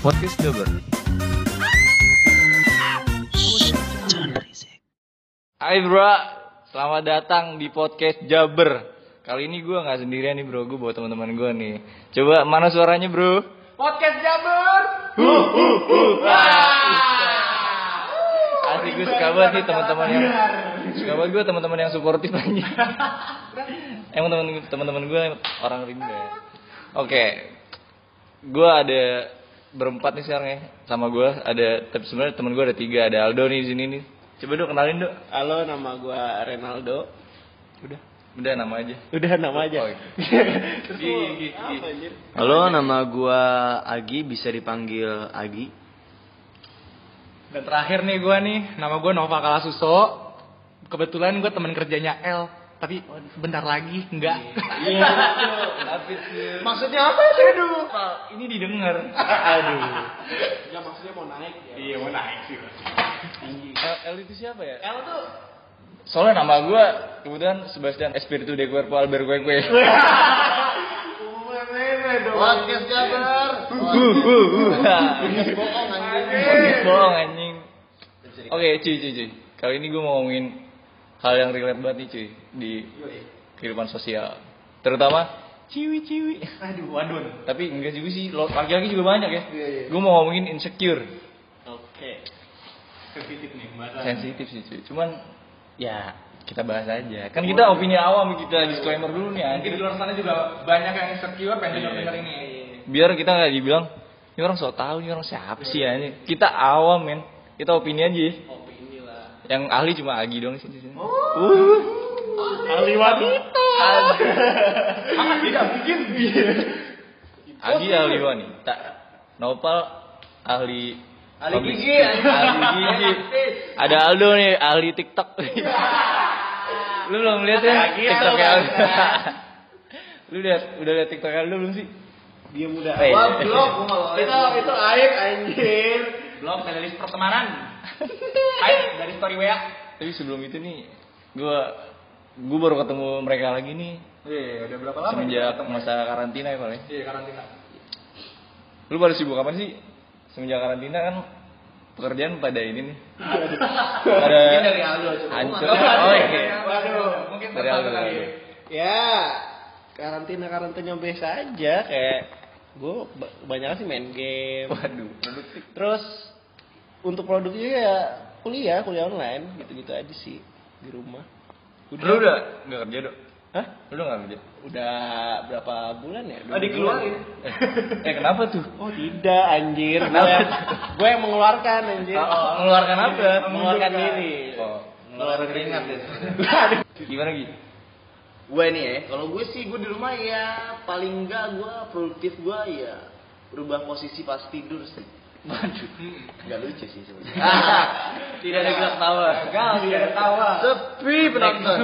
Podcast Jabar. Hai bro, selamat datang di Podcast Jabar. Kali ini gue nggak sendirian nih bro, gue bawa teman-teman gue nih. Coba mana suaranya bro? Podcast Jabar. Asik, gue suka banget nih teman-teman yang suportif aja. Emang teman-teman gue orang Rimba. Oke, gue ada berempat nih sekarang ya sama gue. Tapi sebenarnya teman gue ada 3. Ada Aldo nih di sini nih. Coba dong kenalin dong. Halo, nama gue Renaldo. Udah nama aja. Oh, Halo, nama gua Agi, bisa dipanggil Agi. Dan terakhir nih gue nih, nama gue Nova Kalasuso. Kebetulan gue teman kerjanya L. Tapi bentar lagi enggak. Iya. Maksudnya apa sih? Aduh. Ini didengar. Aduh. Enggak, maksudnya mau naik ya. Iya, mau naik sih. L itu siapa ya? L tuh Soalnya nama gue kemudian Sebastian Espiritu de Cuerpo Albert Cueque. Podcast Jabar. Bohong anjing. Oke, cuy. Kali ini gue mau ngomongin hal yang relate banget nih cuy di kehidupan sosial. Terutama ciwi-ciwi. aduh, wadon. Tapi enggak juga sih, laki-laki juga banyak ya. Iya. Gue mau ngomongin insecure. Oke. Sensitif nih bahasa. Sensitif sih cuy. Cuman ya kita bahas aja. Kan kita opini awam, kita disclaimer dulu nih Mungkin di luar sana juga banyak yang insecure pengen denger ini. Biar kita nggak dibilang ini orang so tau, ini orang siapa sih ya ini. Kita awam men, kita opini aja. Opini lah. Yang ahli cuma Agi dong sih. Ahli wanita. Tidak mungkin. Agi ahli wanita. Nopal ahli gigi. Ahli gigi. Ada Aldo nih ahli TikTok. Lu belum lihat ya TikToknya Aldo? Lu udah lihat TikToknya Aldo belum sih? Dia muda. Wah, blog gua enggak. Itu aib anjir. Blog dari pertemanan. Aib dari story WA. Tapi sebelum itu nih gue baru ketemu mereka lagi nih. Iya, udah berapa lama? Semenjak masa karantina ya paling. Iya, karantina. Lu baru sibuk kapan sih? Semenjak karantina kan pekerjaan pada ini nih. Ada Mungkin dari Aldo coba. hancur. Oh iya. Waduh, mungkin Dari Aldo. Ya, karantina biasa aja, kayak gue kebanyakan sih main game. Waduh, produktif. Terus untuk produknya ya kuliah online gitu-gitu aja sih di rumah. Lu udah enggak kerja, Dok? Hah? Lu udah enggak kerja? Udah berapa bulan ya? Dikeluarin. Kenapa tuh? Oh tidak anjir. Kenapa? Gue yang mengeluarkan anjir. Mengeluarkan apa? Mengeluarkan diri. Oh, mengeluarkan keringat ya. Gimana gitu? Gue nih ya, kalau gue sih gue di rumah ya paling enggak gue produktif gue ya berubah posisi pas tidur sih. Waduh. Enggak lucu sih sebenarnya. Tidak ada gelak tawa. Tidak ada tawa. Sepi penonton.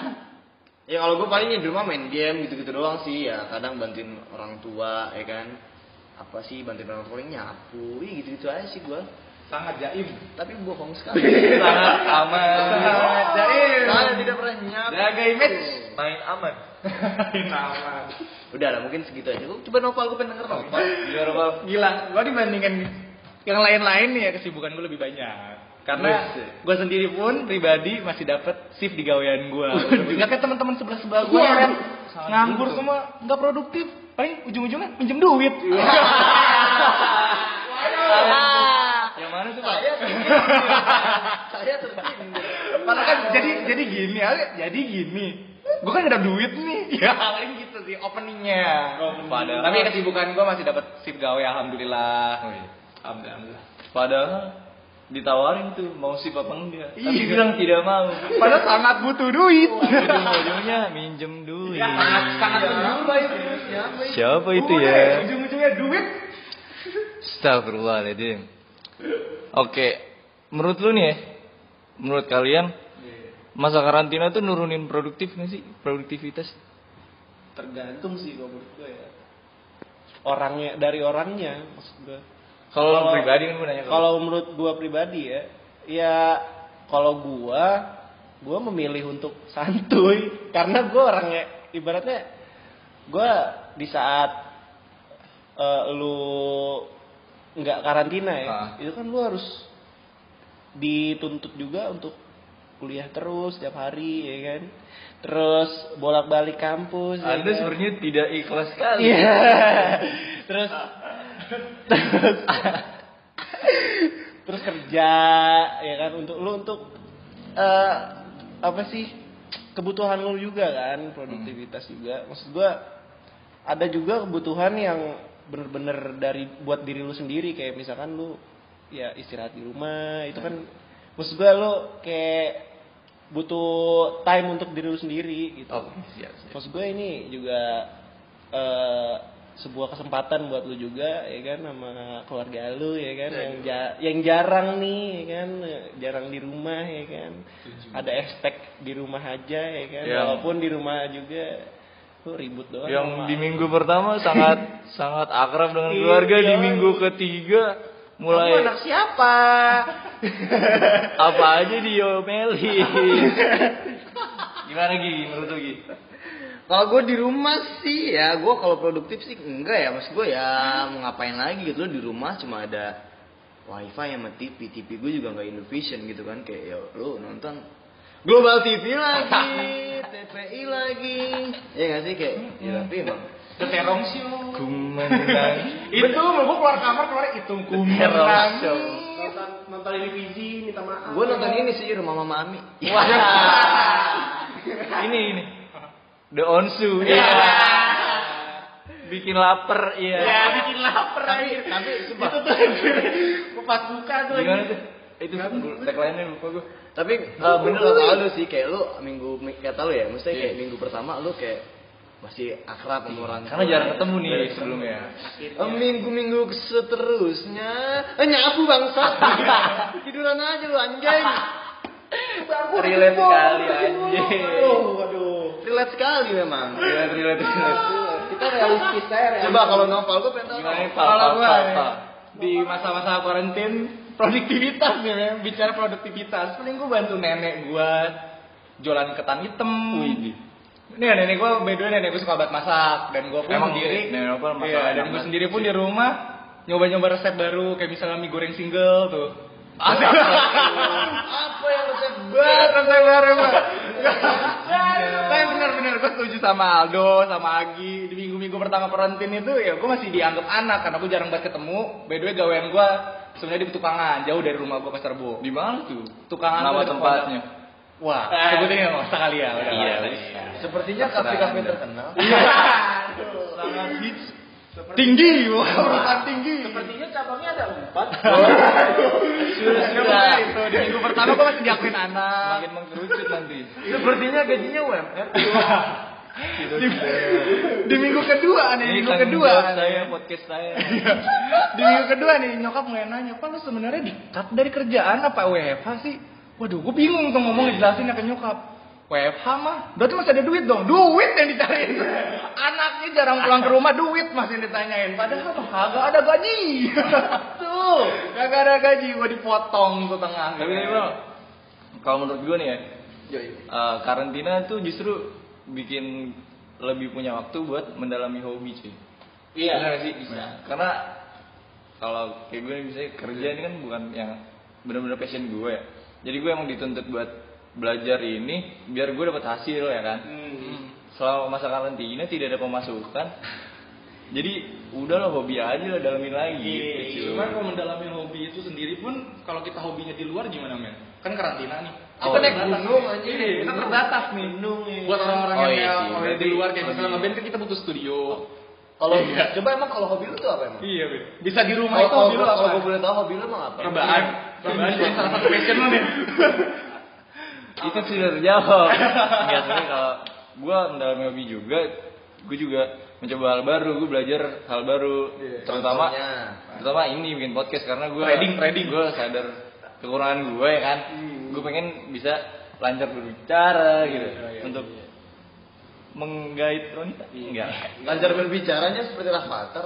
Ya kalau gue palingnya di rumah main game gitu-gitu doang sih ya. Kadang bantuin orang tua ya kan. Apa sih bantuin orang tua nyapu, gitu-gitu aja sih gue. Sangat jaim. Tapi bohong sekali. Sangat aman. Sangat jaim. Saya tidak pernah nyapu. Jaga image. Main aman. Aman. Udah lah mungkin segitu aja. Coba Nopal, gue pengen denger Nopal. Gimana, Bang? Gila, gua dibandingkan yang lain-lain nih ya kesibukan gue lebih banyak. Karena gue sendiri pun pribadi masih dapat shift di gawean gue. Enggak kayak teman-teman sebelah gue yang nganggur semua, nggak produktif. Paling ujung-ujungnya pinjem duit. Yang mana tuh, Pak? Saya tersindir. Padahal kan jadi gini. Gue kan ada duit nih. Ya paling gitu sih openingnya. Padahal- Tapi kesibukan gue masih dapat shift gawe alhamdulillah. Oh, iya. Alhamdulillah. Padahal ditawarin tuh mau sip apa enggak, tapi bilang tidak mau. Padahal sangat butuh duit. Ujung-ujungnya minjem duit. Ya, sangat berjumpa itu. Siapa itu ya? Ujung-ujungnya duit. Astagfirullahaladzim. Oke, menurut lu nih ya, menurut kalian masa karantina tuh nurunin produktif nggak sih? Produktivitas? Tergantung sih kalau menurut gue ya. Dari orangnya maksud gue. Kalau pribadi kan gue nanya. Kalau menurut gue pribadi ya kalau gue memilih untuk santuy karena gue orangnya ibaratnya gue di saat lu nggak nggak karantina ya, itu kan lu harus dituntut juga untuk kuliah terus setiap hari ya kan, terus bolak-balik kampus. Anda ya kan? sebenarnya tidak ikhlas sekali. Iya. terus terus kerja ya kan untuk apa sih kebutuhan lu juga kan, produktivitas juga. Maksud gua ada juga kebutuhan yang bener-bener buat diri lu sendiri, kayak misalkan lu ya istirahat di rumah itu kan, maksud gua lu kayak butuh time untuk diri lu sendiri gitu. Siap. Maksud gue ini juga sebuah kesempatan buat lu juga ya kan, sama keluarga lu ya kan, yang jarang nih ya kan, jarang di rumah ya kan. Ada aspek di rumah aja ya kan, walaupun di rumah juga lu ribut doang. Yang di minggu pertama sangat sangat akrab dengan keluarga, di minggu ketiga mulai kamu anak siapa? apa aja diomelin. Gimana Gi? Menurut lu Gi? Kalau gue di rumah sih ya, gue kalau produktif sih enggak ya, maksud gue ya mau ngapain lagi gitu loh, di rumah cuma ada wifi sama TV gue juga nggak Indovision gitu kan, kayak ya lo nonton Global TV lagi, TPI lagi, ya nggak sih kayak, ya tapi emang Keterong sih Kumenang. itu gue keluar kamar keluar itu kumenang. Nonton televisi minta maaf. gue nonton ini sih Rumah Mama Ami. Wah. ini The Onsu. Iya. Bikin lapar, iya. Ya bikin lapar aja. Tapi sumpah. Itu tuh pas buka tuh. Gimana tuh? Itu tagline-nya lupa gue. Tapi bener kata lu sih, kayak lu minggu kata lu ya, mesti kayak minggu pertama lu kayak masih akrab sama orang Karena jarang ketemu nih sebelumnya. Minggu-minggu seterusnya nyapu bangsa. Tiduran aja lu anjing. Relate sekali anjing. Waduh. Relate sekali memang. Relate. Kita realistis ya. Coba kalau novel gue pengen tahu. Gimana Kalau gue Pak? di masa-masa karantin produktivitas nih, men. Bicara produktivitas, paling gue bantu nenek gue jualan ketan hitam. Nih nenek gue, by the way nenek gue suka banget masak, dan gue pun Emang sendiri. nenek apa masak? Iya, dan gue sendiri pun di rumah nyoba-nyoba resep baru, kayak misalnya mie goreng single tuh. Apa yang resep Resep baru Pak. Tapi bener-bener gue setuju sama Aldo, sama Agi. Di minggu-minggu pertama karantin itu ya gue masih dianggap anak karena gue jarang banget ketemu. By the way gawean gue sebenarnya di Petukangan, jauh dari rumah gue Pasar Rebo. Di mana tuh? Tukangan Nama tuh tempatnya. Wah, sebutin ya nggak usah kali ya. Udah, Iya, bisa. Sepertinya kafe-kafe terkenal. Sangat hits. Tinggi, urutan tinggi. Sepertinya cabangnya ada 4. Sudah. Itu di minggu pertama gue masih diakuin anak. Makin mengkerucut nanti. Sepertinya gajinya UMR. Di minggu kedua nih, Ini minggu tanggung kedua. jawab saya, podcast saya. Di minggu kedua nih nyokap mulai nanya, "Pak lu sebenarnya di-cut dari kerjaan apa WFH sih?" Waduh, gue bingung tuh ngomong jelasin ke nyokap. WFH mah, berarti masih ada duit dong. Duit yang dicariin. Anaknya jarang pulang ke rumah, duit masih ditanyain. Padahal mah kagak ada gaji. Tuh, kagak ada gaji, gue dipotong tuh tengah. Tapi nih bro, kalau menurut gue nih ya, karantina tuh justru bikin lebih punya waktu buat mendalami hobi cuy. Iya. Benar nggak sih? Bisa. Karena kalau kayak gue misalnya kerja ini kan bukan yang benar-benar passion gue ya. Jadi gue emang dituntut buat belajar ini biar gue dapat hasil ya kan. Selama masa karantina tidak ada pemasukan. Jadi udahlah hobi aja lah, dalamin lagi. Cuman kalau mendalami hobi itu sendiri pun, kalau kita hobinya di luar gimana men? Kan karantina nih. Kita naik gunung aja. Kita terbatas nih. Gunung ya. Buat orang-orang Oh, yang iya sih. kalau di luar kayak misalnya ngeband kan kita butuh studio. Kalau coba emang kalau hobi lu tuh apa emang? Iya, Ben. Bisa di rumah itu Kalau hobi lu apa? kalau gue boleh tahu hobi lu emang apa? Rebahan. Rebahan jadi salah satu passion lu nih. Itu sudah terjawab. Enggak, sebenarnya kalau gue mendalami hobi juga, gue juga mencoba hal baru, gue belajar hal baru, terutama ini bikin podcast karena gue Trading. gue sadar kekurangan gue ya kan, gue pengen bisa lancar berbicara gitu untuk menggait wanita. Enggak. Lancar berbicaranya seperti Rafathar.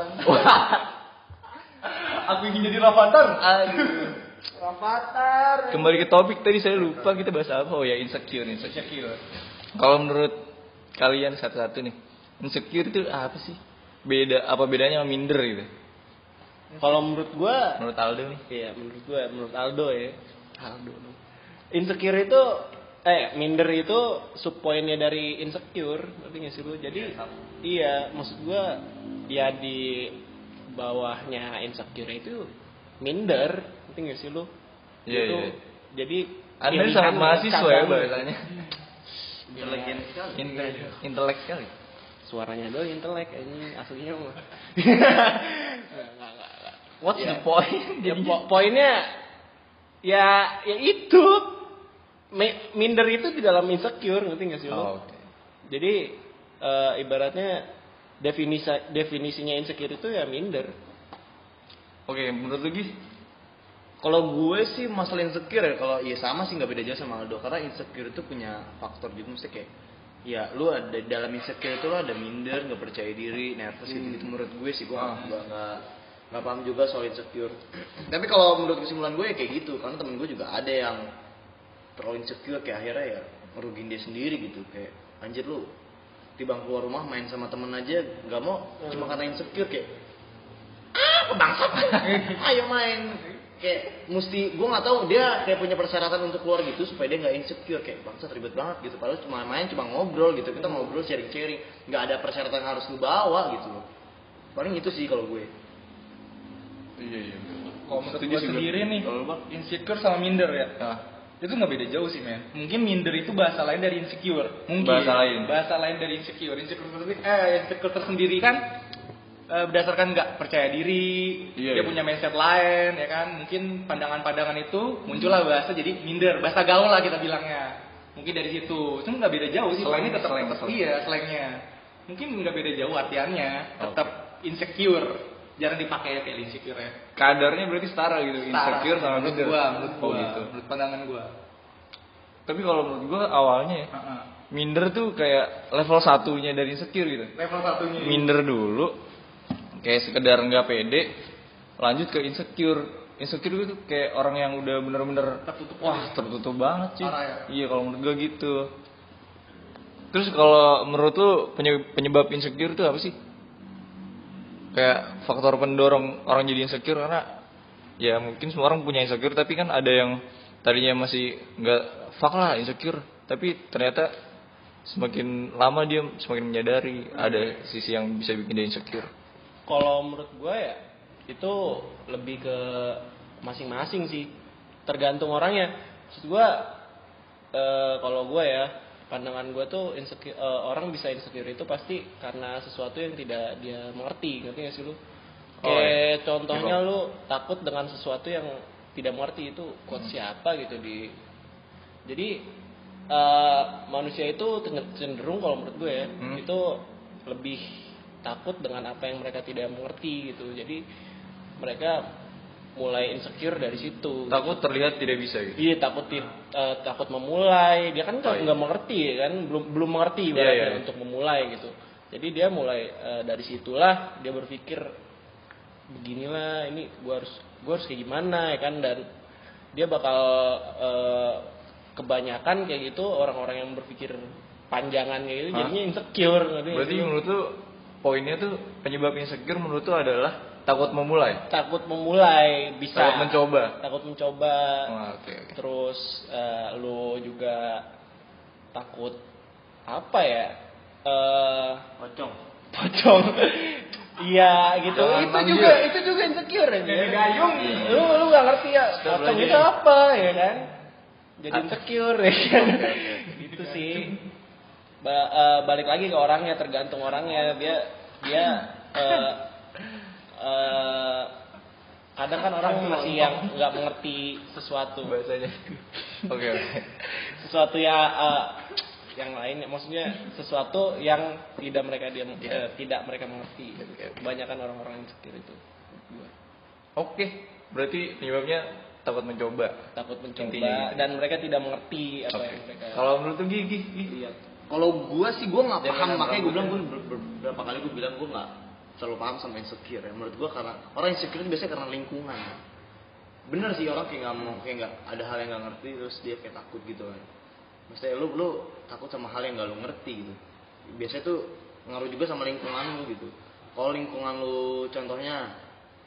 Aku ingin jadi Rafathar. Aduh. Rafathar. Kembali ke topik tadi saya lupa kita bahas apa. Oh ya insecure. Kalau menurut kalian satu-satu nih, insecure itu apa sih? Apa bedanya sama minder gitu? Kalau menurut gua, Menurut Aldo nih. iya menurut Aldo ya. Aldo. Insecure itu minder itu subpoinnya dari insecure, ngerti nggak sih lu? Jadi iya, maksud gua ya di bawahnya insecure itu minder, ngerti nggak sih lu? Iya, Itu iya. jadi Anda pilihan sangat mahasiswa ya cabang. bahasanya. Intelijen sekali. Intelek sekali. Suaranya doang intelek, ini aslinya mah. Nggak. What's Ya. the point? Ya, poinnya ya itu minder itu di dalam insecure, ngerti nggak sih lo? Oh, oke. Jadi ibaratnya definisinya insecure itu ya minder. Oke, menurut lu Gi? Kalau gue sih masalah insecure ya, kalau ya sama sih nggak beda jauh sama Aldo, karena insecure itu punya faktor juga, mesti kayak ya lu ada dalam insecure itu lu ada minder, nggak percaya diri, nervous gitu menurut gue sih. Gue nggak paham juga soal insecure. Tapi kalau menurut kesimpulan gue ya kayak gitu, karena temen gue juga ada yang terlalu insecure, kayak akhirnya ya ngerugiin dia sendiri gitu. Kayak anjir lu tiba keluar rumah main sama temen aja nggak mau, cuma karena insecure, kayak bangsat ayo main, kayak mesti, gue nggak tahu dia kayak punya persyaratan untuk keluar gitu supaya dia nggak insecure, kayak bangsat ribet banget gitu, padahal cuma main, cuma ngobrol gitu, kita ngobrol sharing nggak ada persyaratan yang harus lu bawa gitu loh. Paling itu sih kalau gue. Iya. Kalau menurut gue sendiri nih, insecure sama minder ya, itu nggak beda jauh sih men. Mungkin minder itu bahasa lain dari insecure. Mungkin bahasa lain dari insecure. Insecure tersendiri kan berdasarkan nggak percaya diri, dia punya mindset lain, ya kan? Mungkin pandangan-pandangan itu muncullah bahasa jadi minder, bahasa gaul lah kita bilangnya. Mungkin dari situ, cuma nggak beda jauh sih. Ini tetap iya slangnya. Mungkin nggak beda jauh artiannya, tetap insecure. Jarang dipakai kayak insecure ya. Kadarnya berarti setara gitu, insecure sama minder. Menurut gua, gitu. menurut pandangan gua. Tapi kalau menurut gua awalnya ya, minder tuh kayak level satunya dari insecure gitu. Level satunya. Minder dulu, kayak sekedar nggak pede, lanjut ke insecure. Insecure itu kayak orang yang udah bener-bener tertutup banget sih. Iya kalau menurut gua gitu. Terus kalau menurut lu penyebab insecure itu apa sih? Kayak faktor pendorong orang jadi insecure, karena ya mungkin semua orang punya insecure, tapi kan ada yang tadinya masih nggak fuck lah insecure, tapi ternyata semakin lama dia semakin menyadari ada sisi yang bisa bikin dia insecure. Kalau menurut gue ya itu lebih ke masing-masing sih, tergantung orangnya. Maksud gue kalau gue ya, pandangan gue tuh insecure, orang bisa insecure itu pasti karena sesuatu yang tidak dia mengerti, ngerti gak sih lu? Kayak contohnya lu takut dengan sesuatu yang tidak mengerti, itu quote siapa gitu jadi manusia itu cenderung kalau menurut gue ya itu lebih takut dengan apa yang mereka tidak mengerti gitu, jadi mereka mulai insecure dari situ. Takut terlihat tidak bisa gitu. Iya, takut memulai. Dia kan nggak mengerti kan, belum mengerti untuk memulai gitu. Jadi dia mulai dari situlah dia berpikir beginilah, ini gua harus kayak gimana ya kan, dan dia bakal kebanyakan kayak gitu orang-orang yang berpikir panjangan kayak gitu jadinya insecure. Berarti menurut lu poinnya tuh penyebab insecure menurut lu adalah takut memulai bisa, takut mencoba. Okay. Terus lu juga takut apa ya, pocong iya gitu. Itu juga insecure aja. Gayung lu nggak ngerti ya pocong itu apa ya kan, jadi insecure ya kan. Gitu sih. Balik lagi ke orangnya, tergantung orangnya. Dia kadang kan orang masih yang nggak mengerti sesuatu bahasanya. Oke. Sesuatu ya yang lain, maksudnya sesuatu yang tidak mereka mengerti. Kebanyakan orang-orang insecure itu. Oke, berarti penyebabnya takut mencoba Intinya, dan mereka tidak mengerti apa yang mereka. Kalau menurut lu Gigi? Kalau gue sih gue nggak paham, makanya gue bilang beberapa kali gue bilang gue nggak selalu paham sama insecure ya. Menurut gue karena orang insecure itu biasanya karena lingkungan. Bener sih, orang kayak nggak ada hal yang nggak ngerti terus dia kayak takut gitu kan. Maksudnya lu takut sama hal yang nggak lu ngerti gitu. Biasanya tuh ngaruh juga sama lingkungan lu gitu. Kalau lingkungan lu contohnya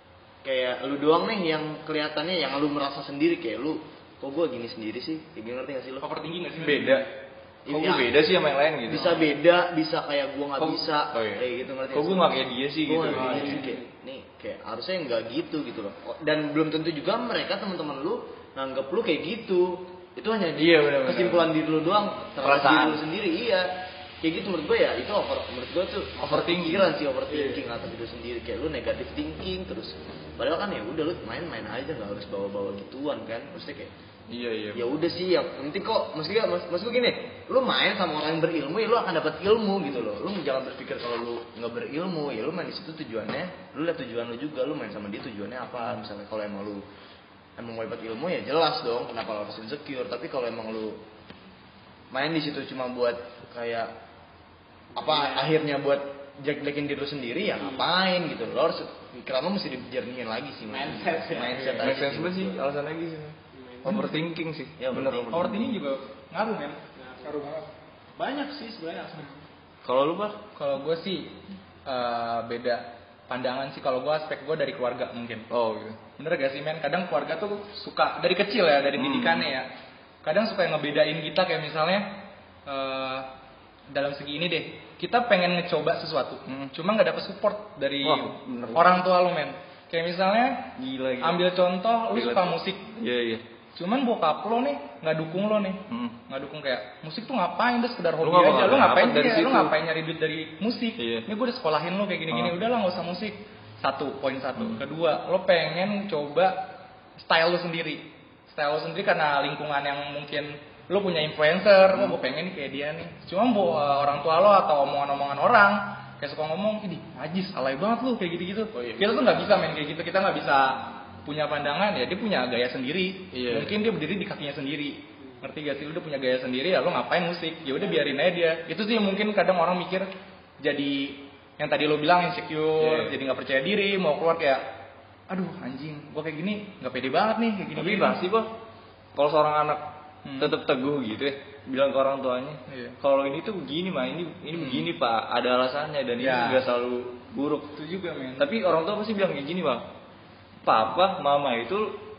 kayak lu doang nih yang kelihatannya yang lu merasa sendiri, kayak lu kok gue gini sendiri sih, kayak gini, ngerti gak sih lu? Overthinking nggak sih? Beda. Kok gue beda sih sama yang lain gitu? Bisa beda, bisa kayak gue nggak Kok- bisa, oh iya. kayak gitu, ngerti? Kok gue nggak kayak dia sih Gue gitu? nggak kayak dia sih, kayak nih kayak harusnya nggak gitu loh. Dan belum tentu juga mereka teman-teman lu nganggap lu kayak gitu. Itu hanya Iya, benar-benar. kesimpulan diri lu doang terhadap Perasaan. diri lu sendiri. Iya, kayak gitu menurut gue ya. Itu menurut gue tuh Overthinking. pikiran sih, overthinking atas diri sendiri. Kayak lu negatif thinking terus. Padahal kan ya udah lu main-main aja, nggak harus bawa-bawa gituan kan. Maksudnya kayak Iya. ya udah sih, yang penting kok maksudnya maksud gue gini, lu main sama orang yang berilmu ya lu akan dapat ilmu gitu loh. Lu jangan berpikir kalau lu nggak berilmu ya lu main di situ tujuannya, lu lihat tujuan lu juga, lu main sama dia tujuannya apa. Misalnya kalau emang lu emang mau dapat ilmu ya jelas dong kenapa lu harus insecure. Tapi kalau emang lu main di situ cuma buat kayak apa, akhirnya buat jelek-jelekin diri lu sendiri ya ngapain gitu. Lu harus pikiran lu mesti dijernihin lagi sih. Mindset Make aja sense banget sih alasan lagi sih. Overthinking sih. Ya, bener. Overthinking juga ngaruh men. Ngaruh banget. Banyak sih sebenarnya. Kalau lu Pak? Kalau gue sih beda pandangan sih. Kalau gue aspek gue dari keluarga mungkin. Oh gitu. Bener gak sih men? Kadang keluarga tuh suka dari kecil ya, dari didikannya ya. Kadang suka ngebedain kita kayak misalnya dalam segi ini deh, kita pengen ngecoba sesuatu, cuma nggak dapet support dari Wah, bener. orang tua lu men. Kayak misalnya Gila. ambil contoh, lu Gila suka tuh. musik, Iya. cuman bokap lo nih nggak dukung lo nih, Hmm. nggak dukung kayak musik tuh ngapain, udah sekedar hobi nggak aja, bakal lu ngapain dapet dari dari lu situ. ngapain nyari duit dari musik, Iya. ini gue udah sekolahin lo kayak gini-gini, Oh. udahlah nggak usah musik. Poin satu. Kedua, lo pengen coba style lo sendiri karena lingkungan yang mungkin lo punya influencer, gue pengen nih kayak dia nih. Cuma orang tua lo atau omongan-omongan orang kayak suka ngomong, ini najis, alay banget lo kayak gitu-gitu. Oh, iya. Kita tuh nggak bisa main kayak gitu, kita nggak bisa punya pandangan ya. Dia punya gaya sendiri, Iya. mungkin dia berdiri di kakinya sendiri. Ngerti gak sih? Lu udah punya gaya sendiri ya, lo ngapain musik? Ya udah biarin aja dia. Itu sih yang mungkin kadang orang mikir jadi yang tadi lo bilang insecure, Iya. jadi nggak percaya diri, mau keluar kayak, aduh anjing, gua kayak gini nggak pede banget nih kayak gini. Tapi pasti Pak, kalau seorang anak Hmm. tetap teguh gitu ya, bilang ke orang tuanya, Iya. kalau ini tuh begini mah, ini begini Pak, ada alasannya dan ini Ya. juga selalu buruk. Itu juga men. Tapi orang tua pasti bilang kayak gini Pak, papa, mama itu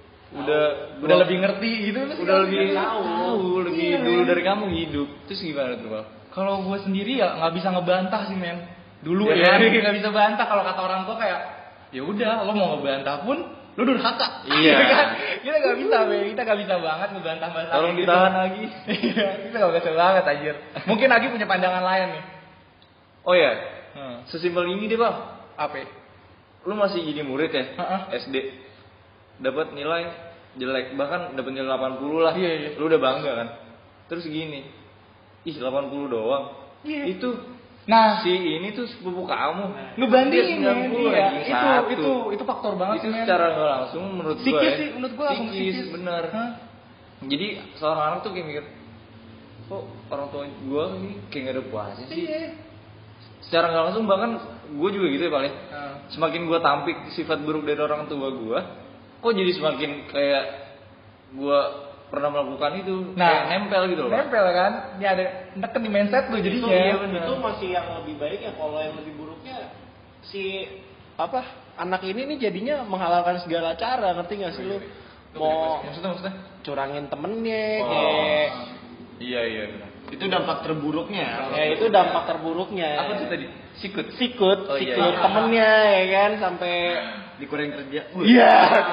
udah lebih ngerti gitu, udah lebih tahu lebih Iya, dulu men. dari kamu hidup. Terus gimana tuh Pak? Kalau gue sendiri ya nggak bisa ngebantah sih men. Dulu Ya, ya kan? nggak bisa bantah. Kalau kata orang tua kayak, ya udah lo mau ngebantah pun lu durhaka. Iya. Kan? Kita nggak bisa men. Kita nggak bisa banget ngebantah bahasa. Tolong ditahan lagi. Iya, kita nggak bisa banget anjir. Mungkin Agi punya pandangan lain nih. Oh ya, Hmm. sesimpel ini deh Pak. Apa? Lu masih jadi murid ya? Heeh. SD. Dapat nilai jelek, bahkan dapat nilai 80 lah. Iya, iya. Lu udah bangga kan? Terus gini. Ih, 80 doang. Iya. Itu Nah, si ini tuh sepupu kamu. ngebandingin Dia men. 90 Iya. ranking satu. Itu faktor banget Itu sih men. secara nggak langsung menurut Psikis gue sih, menurut gua langsung psikis. bener. Hah? Jadi seorang anak tuh kayak mikir, kok orang tua gue ini kayak gak ada puasnya sih. Iya. Secara nggak langsung bahkan gue juga gitu ya paling. Nah. Semakin gue tampik sifat buruk dari orang tua gue, kok jadi semakin kayak gue pernah melakukan itu, kayak nempel gitu loh. Nempel kan? Ini ada neken di mindset lu jadinya. Iya, bener. Itu masih yang lebih baik ya. Kalau yang lebih buruknya si apa anak ini nih jadinya menghalalkan segala cara, ngerti nggak sih lu? Mau Maksudnya? curangin temennya Oh. kayak Iya benar. Itu dampak terburuknya. ya itu dampak terburuknya. Apa tuh tadi? Sikut. Sikut Oh, iya, sikut iya. temennya ya kan sampai Dikurangin kerja. iya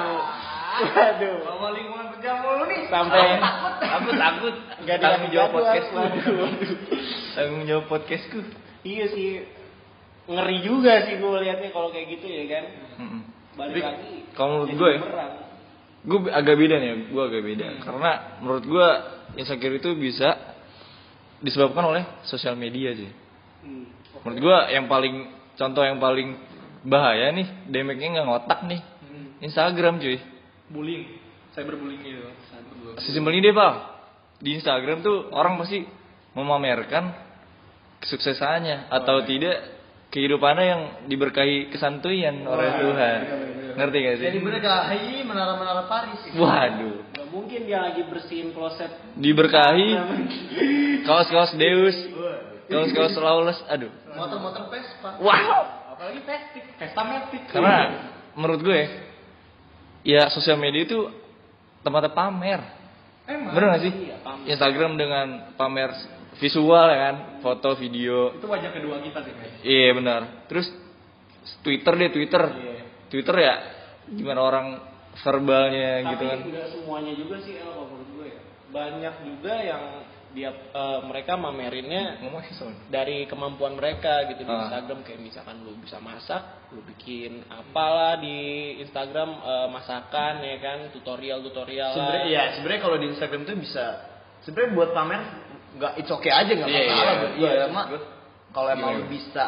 aduh Bawa lingkungan kerja mulu nih. sampai Aku takut. nggak Tanggung dikasih jawab jadwal. podcastku. Waduh. Tanggung jawab podcastku. Iya sih ngeri juga sih gue liatnya kalau kayak gitu ya kan. Balik Tapi, lagi kalau menurut jadi gue ya, bumerang. gue agak beda nih, gue agak beda. Karena menurut gue insecure itu bisa disebabkan oleh sosial media sih. Menurut gue yang paling contoh yang paling bahaya nih, damage-nya nggak ngotak nih. Instagram cuy. Bullying, cyberbullying gitu. Sesimpel ini deh Pak. Di Instagram tuh orang pasti memamerkan kesuksesannya atau tidak kehidupannya yang diberkahi kesantuyan oleh Tuhan. Ngerti gak sih? Jadi berkahi menara-menara Paris. Waduh. Gak mungkin dia lagi bersihin kloset. Diberkahi kaos-kaos Deus, kaos-kaus Lawless. Aduh. Motor-motor Vespa. Wow. Apalagi pesta metik. Karena menurut gue ya sosial media itu tempatnya pamer. Emang. Bener gak sih? Iya, pamer. Instagram dengan pamer visual ya kan, foto, video. Itu wajah kedua kita sih, men. Iya benar. Terus Twitter deh, Twitter. Iya. Twitter ya gimana orang verbalnya Tapi gitu kan. nggak semuanya juga sih kalau menurut gue ya. Banyak juga yang mereka mamerinnya Ngomongnya soal. dari kemampuan mereka gitu di Ah. Instagram, kayak misalkan lu bisa masak, lu bikin apalah di Instagram, masakan ya kan, tutorial Sebenarnya kalau di Instagram tuh bisa sebenarnya buat pamer nggak it's okay aja nggak Iya, masalah iya, buat gue. iya, Cuma gua- kalau emang Iya. lu bisa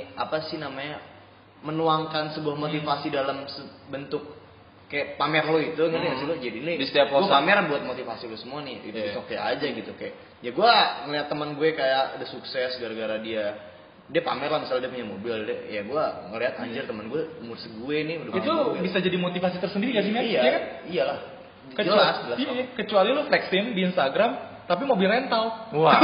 menuangkan sebuah motivasi dalam bentuk kayak pamer lo itu ngerti nggak sih lo, jadi nih Di setiap gue posan. pamer buat motivasi lo semua nih itu Iya. oke aja gitu. Kayak ya gue ngeliat teman gue kayak udah sukses gara-gara dia pamer lah, misalnya dia punya mobil ya gue ngeliat anjir teman gue umur segue nih udah punya Itu mobil. bisa jadi motivasi tersendiri gak sih, men? iya Iya kan? iyalah Kecuali, jelas iya, kecuali lu flexin di Instagram tapi mobil rental. Wah.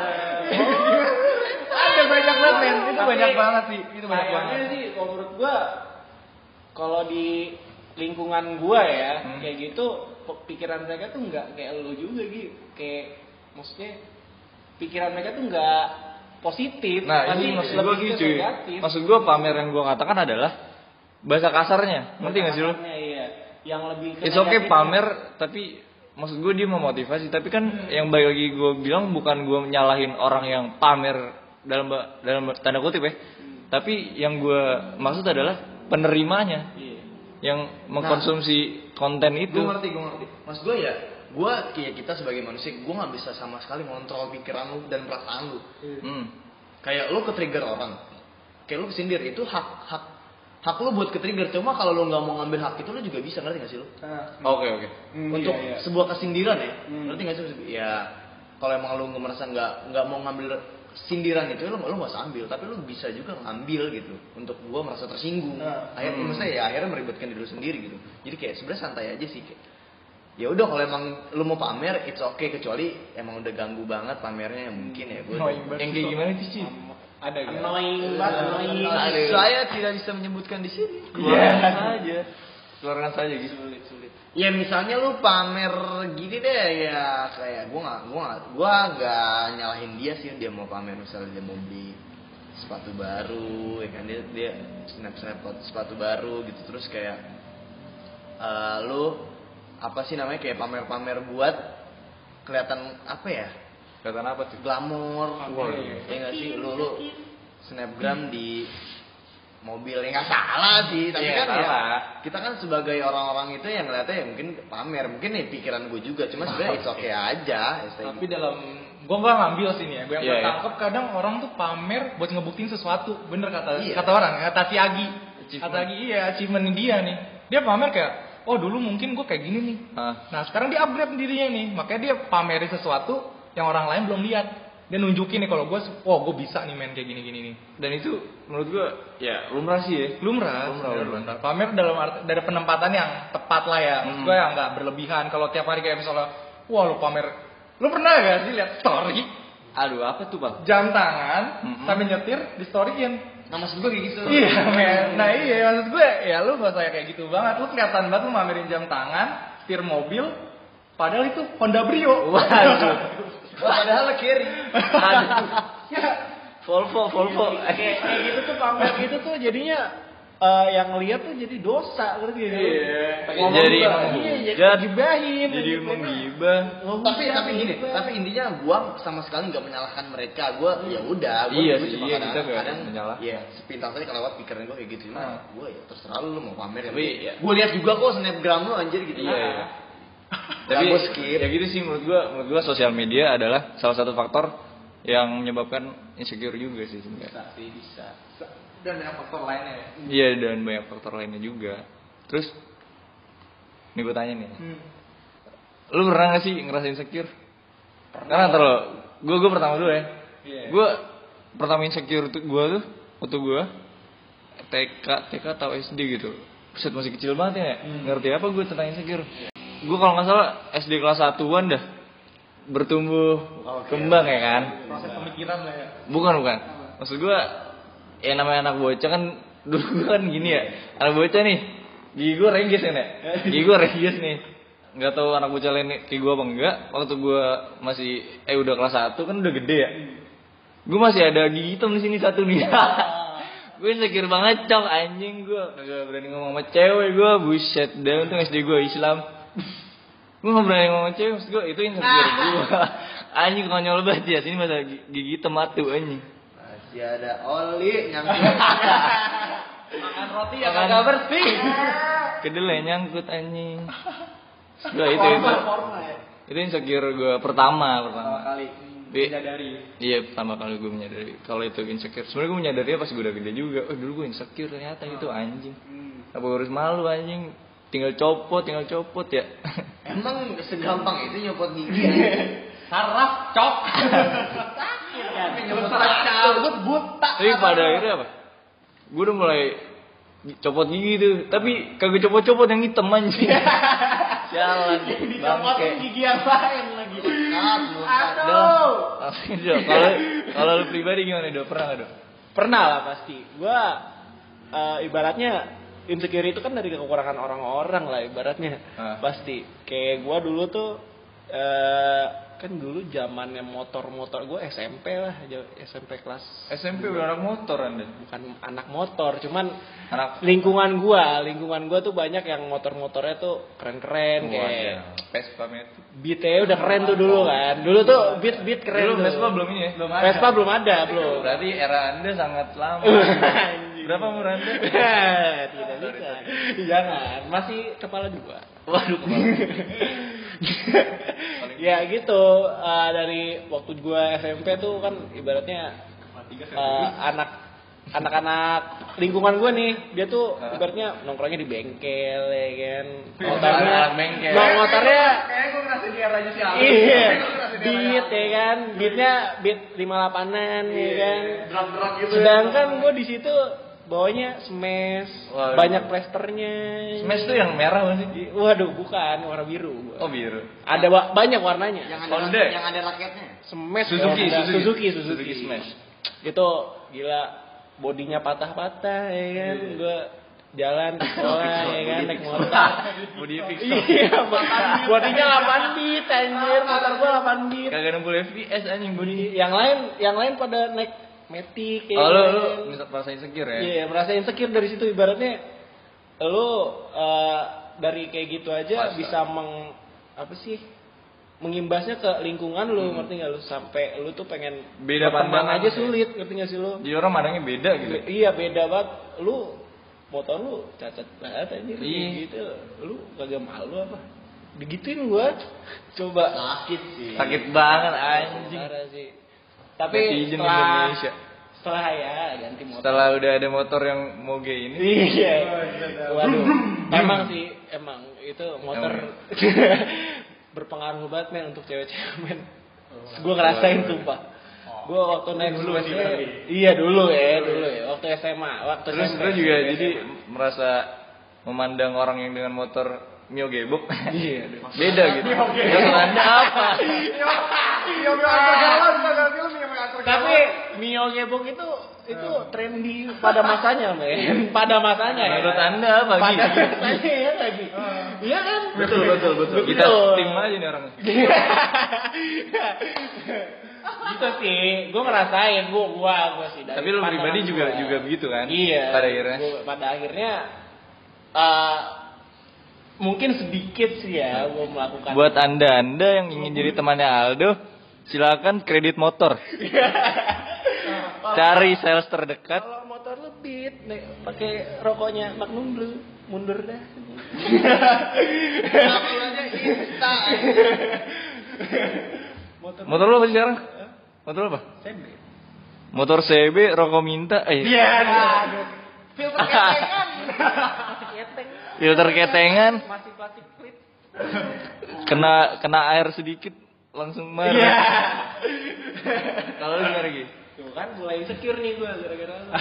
Ada banyak banget, men. Itu Tapi banyak banget sih. Itu banyak Sayangnya banget. sih kalau menurut gua, kalau di lingkungan gua ya kayak gitu, pikiran mereka tuh nggak kayak lu juga gitu, kayak maksudnya pikiran mereka tuh nggak positif. Nah, pasti ini maksud lebih gue gitu ke cuy. negatif. Maksud gue pamer yang gue katakan adalah bahasa kasarnya. Ngerti gak sih lu? Makanya, iya. Yang lebih ke It's okay negatifnya. pamer, tapi maksud gue dia memotivasi. Tapi kan yang baik lagi gue bilang bukan gue nyalahin orang yang pamer dalam tanda kutip ya. Tapi yang gue maksud adalah penerimanya Iya. yang mengkonsumsi konten itu. gue ngerti maksud gue ya gue kayak kita sebagai manusia gue nggak bisa sama sekali ngontrol pikiran lu dan perasaan lu. Kayak lu ke trigger orang kayak lu kesindir itu hak lu buat ke trigger, cuma kalau lu nggak mau ngambil hak itu lu juga bisa, ngerti nggak sih lu? Oke. Untuk iya. sebuah kesindiran ya, ngerti nggak sih? Ya kalau emang lu merasa nggak mau ngambil sindiran itu lu nggak usah ambil, tapi lu bisa juga ngambil gitu untuk gua merasa tersinggung. Akhirnya maksudnya ya akhirnya meribetkan diri lu sendiri gitu. Jadi kayak sebenarnya santai aja sih, kayak ya udah kalau emang lu mau pamer it's okay, kecuali emang udah ganggu banget pamernya, mungkin ya gua Annoying banget. Yang kayak gimana sih Ci? Ada gitu. Annoying banget, annoying. saya tidak bisa menyebutkan di sini. Keluarkan saja. Keluarkan saja gitu. Sulit. Ya misalnya lu pamer gini deh ya, kayak gua nggak nyalahin dia sih, dia mau pamer misalnya dia mau beli sepatu baru, ya kan dia snap sepatu baru gitu, terus kayak lu apa sih namanya kayak pamer buat kelihatan apa ya? Kelihatan apa tuh? Glamor, Iya. ya nggak sih lu snapgram di mobil, ya nggak salah sih, tapi Iya, kan ya salah. kita kan sebagai orang-orang itu yang ngeliatnya ya mungkin pamer, mungkin nih pikiran gue juga, cuma sebenarnya it's okay aja. Tapi dalam gue nggak ngambil sih nih ya, gue yang Iya, iya. ketangkep kadang orang tuh pamer buat ngebuktiin sesuatu, bener kata Iya. kata orang, kata si Agi, Achievement. kata Agi iya achievement dia nih, dia pamer kayak oh dulu mungkin gue kayak gini nih, nah sekarang dia upgrade dirinya nih, makanya dia pamerin sesuatu yang orang lain belum lihat, dia nunjukin nih kalau gue bisa nih main kayak gini nih. Dan itu menurut gua ya lumrah sih ya. Lumrah. Lumrah. Pamer dalam arti dari penempatan yang tepat lah ya. Maksud gue yang nggak berlebihan. Kalau tiap hari kayak misalnya, wah lu pamer, lu pernah gak sih lihat story Aduh, apa tuh, Bang? jam tangan sambil nyetir di storyin? Nah maksud gue kayak gitu. Iya men. Nah iya maksud gue ya lu gak usah kayak gitu banget. Lu kelihatan banget lu mamerin jam tangan, setir mobil, padahal itu Honda Brio. Waduh. Padahal carry. Ya, Volvo. Kayak gitu tuh pamer gitu tuh jadinya yang lihat tuh jadi dosa, ngerti gak sih? Ngomong Jadi juga, menghujat. jadi gibahin. Jadi menggibah. tapi gini, tapi intinya gua sama sekali nggak menyalahkan mereka. Gua ya udah, gua Iya gua sih, cuma iya, kadang- kita nggak kadang menyalahkan. ya sepintas aja kelewat pikiran gua kayak gitu. Cuma gua ya terserah lu mau pamer. Tapi, ya. Gua lihat juga kok snapgram lu anjir gitu. Iya. Tapi Tapi gua skip. ya gitu sih menurut gua sosial media adalah salah satu faktor yang menyebabkan insecure juga sih sebenarnya. Bisa. dan banyak faktor lainnya ya. Iya, dan banyak faktor lainnya juga. Terus nih gue tanya nih. Lu pernah gak sih ngerasa insecure? Karena ntar lo, gue pertama dulu ya. Gue pertama insecure tuh gue tuh waktu gue TK atau SD gitu. Set masih kecil banget ya. Ngerti apa gue tentang insecure? Gue kalau nggak salah SD kelas 1-an dah bertumbuh kembang ya kan. Proses pemikiran lah ya. Bukan. Maksud gue ya namanya anak bocah kan dulu gue kan gini ya. Anak bocah nih Gigi gue regis nih. Gigi gue regis nih. Nggak tahu anak bocah lain kayak gue apa enggak. Waktu gue masih udah kelas 1 kan udah gede ya. Gue masih ada gigi hitam di sini satu nih. Gue insecure banget cok anjing gue. Kagak berani ngomong sama cewek gue. Buset dah untung SD gue Islam. Gue nggak berani ngomong sama cewek. Maksud gue itu insecure gue. Anjing konyol banget ya. Sini masa gigi hitam matu anjing. Masih ada oli nyangkut. Makan roti ya kagak bersih. Kedelai nyangkut anjing. Gue itu. Itu insecure gue pertama kali menyadari. Iya pertama kali gue menyadari kalau itu insecure. Sebenarnya gue menyadari pas gue udah gede juga. Oh dulu gue insecure ternyata itu anjing. Apa harus malu anjing? Tinggal copot ya. Emang segampang itu nyopot gigi ya? Saraf cok. Sakit kan. Nyopot cabut buta. Tapi pada akhirnya apa? Gue udah mulai copot gigi tuh, tapi kagak copot-copot yang hitam anjing. Jalan. Dicopotin gigi yang lain lagi. Aduh. Kalau lu pribadi gimana, Do? Pernah enggak, Do? Pernah lah pasti. Gua ibaratnya insecure itu kan dari kekurangan orang-orang lah ibaratnya. Pasti. Kayak gua dulu tuh kan dulu zamannya motor-motor gue SMP lah, SMP kelas SMP udah anak motor Anda. bukan anak motor, cuman Anak lingkungan gua tuh banyak yang motor-motornya tuh keren-keren kayak Vespa Matic. Beat-nya udah keren tuh dulu kan. Dulu tuh beat keren. Dulu tuh. Vespa belum ini ya? Vespa belum ada, belum. Berarti era Anda sangat lama. Berapa umur Anda? Tidak bisa. Jangan, masih kepala 2. Waduh, kepala. Ya gitu, dari waktu gua SMP tuh kan ibaratnya anak-anak lingkungan gua nih, dia tuh ibaratnya nongkrongnya di bengkel ya kan. Bengkel. Motornya Kayaknya gue ngerasa di eranya si Alvin. iya, beat ya kan, beatnya beat 58-an ya kan. Drum gitu. Sedangkan gua di situ bawanya smash, Waduh. banyak plasternya. Smash tuh yang merah bukan sih? Waduh, bukan, warna biru gua. Oh biru. Ada banyak warnanya. Yang ada raketnya. Smash Suzuki Smash. Itu gila, bodinya patah-patah ya kan. Gua jalan ke sekolah ya kan naik motor. Body fix. Iya, bodinya 8 bit anjir, motor gua 8 bit. Kagak 60 FPS anjing body. Yang lain pada naik Matic kayak Oh lu gitu. merasa insecure ya? Iya, merasa insecure dari situ ibaratnya lu dari kayak gitu aja bisa mengimbasnya ke lingkungan lu, ngerti enggak lu? Sampai lu tuh pengen Beda berteman pandangan aja ya. sulit, ngerti enggak sih lu? Jadi orang mandangnya beda gitu. Iya, beda banget. Lu motor lu cacat banget anjir. Iya. Gitu. Lu kagak malu apa? Digituin gua. Coba. Sakit sih. Sakit banget anjing. Parah sih. Tapi Netizen Indonesia. setelah ya ganti motor. Setelah udah ada motor yang moge ini. Iya. Waduh. Emang itu motor berpengaruh banget men untuk cewek-cewek men. Gue ngerasain sumpah. Gue waktu naik Dulu masih SMA, berarti. iya dulu ya. Waktu SMA, Terus SMP. lu juga jadi merasa memandang orang yang dengan motor Mio gebok. Iya. Beda gitu. Menurut Anda apa? Mio antar galon, kagak film Mio antar galon. Tapi Mio gebok itu trendy pada masanya men. Pada masanya. Menurut ya. Anda apa Pada gitu? masanya ya lagi. Iya kan? Betul. Kita tim aja nih orang. Gitu sih, gue ngerasain, gue sih. Tapi lu pribadi juga begitu kan? Iya. Pada akhirnya. Mungkin sedikit sih ya gue melakukan. Buat anda yang ingin jadi temannya Aldo, silakan kredit motor. Cari sales terdekat. Kalau motor lu beat, pakai rokoknya Magnum Blue, mundur dah. Aja insta. Motor lu apa sih sekarang? Motor lu apa? CB. Motor CB, rokok minta. Iya. Filter ketengan. Keteng. Filter ketengan. Masih plastik klip. Kena air sedikit langsung marah. Iya. Kalau lu gimana Gi? Tuh kan mulai insecure nih gue gara-gara lu.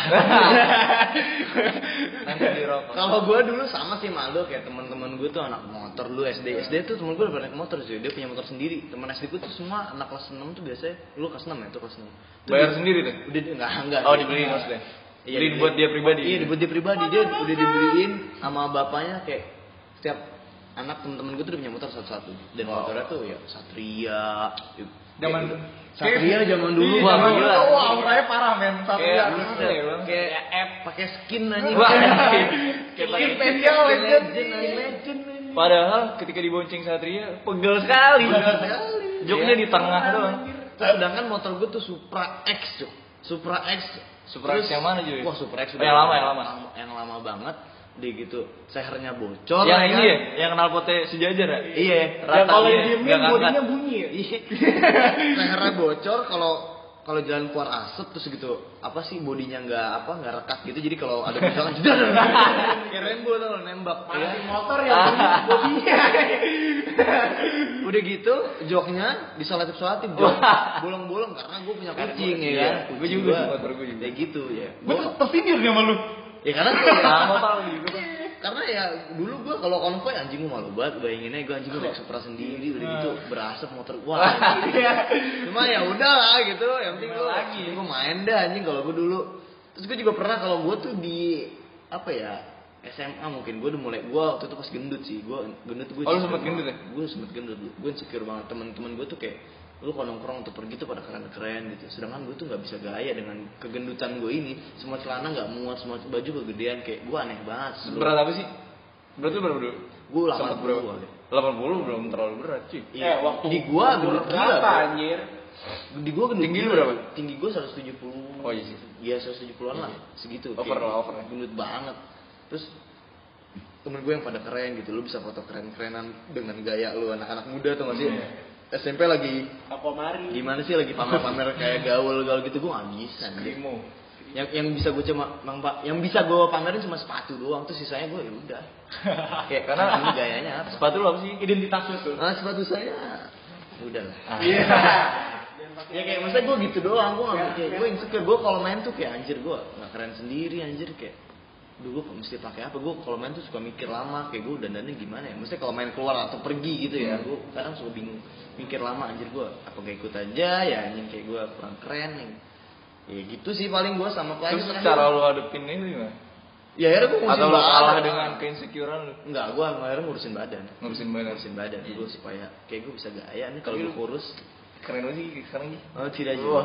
Nanti dirokok. Kalau gue dulu sama sih malu kayak teman-teman gue tuh anak motor dulu SD tuh temen gue udah naik motor sih, dia punya motor sendiri. Teman SD gue tuh semua anak kelas 6 tuh biasanya, lu kelas 6 ya tuh kelas 6. Bayar sendiri tuh? Udah enggak. Oh dibeliin maksudnya. Beliin buat dia pribadi. Iya, buat dia pribadi. Dia udah dibeliin sama bapaknya kayak setiap anak temen-temen gue tuh udah punya motor satu-satu. Dan motornya tuh ya Satria. Satria zaman dulu. Wah, gila. Wah, auranya parah men. Satria. Kayak app pakai skin aja. Wah, Skin spesial legend. padahal ketika dibonceng Satria pegel sekali. Joknya di tengah doang. Terus sedangkan motor gue tuh Supra X, Cuk. Supra X. Supra X yang mana, Joy? Wah, Supra X Yang lama. Yang lama banget. Dia gitu, sehernya bocor. Yang kan? ini ya, yang knalpotnya sejajar ya? Iya, Yang kalau Ratanya diemin nggak ngangkat. bodinya bunyi ya. Iya. Sehernya bocor kalau jalan keluar asap terus gitu. Apa sih bodinya nggak rekat gitu. Jadi kalau ada misalkan kayak Rainbow tuh nembak. Mati motor ya bunyi bodinya. Udah gitu, joknya disolatip-solatip, jok bolong-bolong karena gue punya kucing ya kan. Gue juga motor gue juga. Kayak gitu ya. Gue tersindir nih sama lu. Ya karena Sama Pal juga. karena ya dulu gue kalau konvoy anjing gue malu banget, bayanginnya gue anjing gue naik Supra sendiri udah gitu berasap motor gue. Cuma ya udah lah gitu, yang penting gue main dah anjing kalau gue dulu. Terus gue juga pernah kalau gue tuh di apa ya SMA mungkin gue udah mulai, gue waktu itu pas gendut sih, gue gendut gue. Oh, lu sempet gendut ya? Gue sempet gendut, gue insecure banget. Teman-teman gue tuh kayak lu kalau nongkrong untuk pergi tuh pada keren-keren gitu, sedangkan gue tuh nggak bisa gaya dengan kegendutan gue ini. Semua celana nggak muat, semua baju kegedean, kayak gue aneh banget. Berat apa sih? Berat lu berapa dulu? Gue Sempet 80 berapa? kali. 80 belum terlalu berat cuy. Iya, waktu di gua gendut gila. berapa Bro. anjir? Di gua gendut. Tinggi lu gila. berapa? Tinggi gua 170. Oh iya sih. Iya 170-an lah, segitu. Over Kayak lah, over. Gendut banget. Terus temen gue yang pada keren gitu, lu bisa foto keren-kerenan dengan gaya lu anak-anak muda tuh nggak sih? SMP lagi Aku mari. gimana sih lagi pamer-pamer kayak gaul-gaul gitu, gue nggak bisa nih. Yang bisa gue cuma yang bisa gue pamerin cuma sepatu doang, tuh sisanya gue ya udah. Kayak Karena ini gayanya apa? sepatu lu apa sih? Identitas lu tuh. Ah, sepatu saya udah lah. Iya. Ya kayak maksudnya gue gitu doang, gue nggak kayak gue insecure. Gue kalau main tuh kayak anjir gue nggak keren sendiri anjir, kayak dulu gue mesti pakai apa. Gue kalau main tuh suka mikir lama, kayak gue dandannya gimana ya. Maksudnya kalau main keluar atau pergi gitu ya, gue kadang suka bingung mikir lama anjir, gue apa gak ikut aja ya anjing, kayak gue kurang keren nih. Ya gitu sih paling gue sama klien. Terus cara lu hadepin ini gimana? Ya akhirnya gue ngurusin Atau lu kalah badan. dengan keinsecurean lu? Enggak, gue akhirnya ngurusin badan. Ngurusin badan. Ngurusin badan gue supaya kayak gue bisa gaya nih kalau gue kurus. Keren banget sih sekarang sih. Oh tidak juga.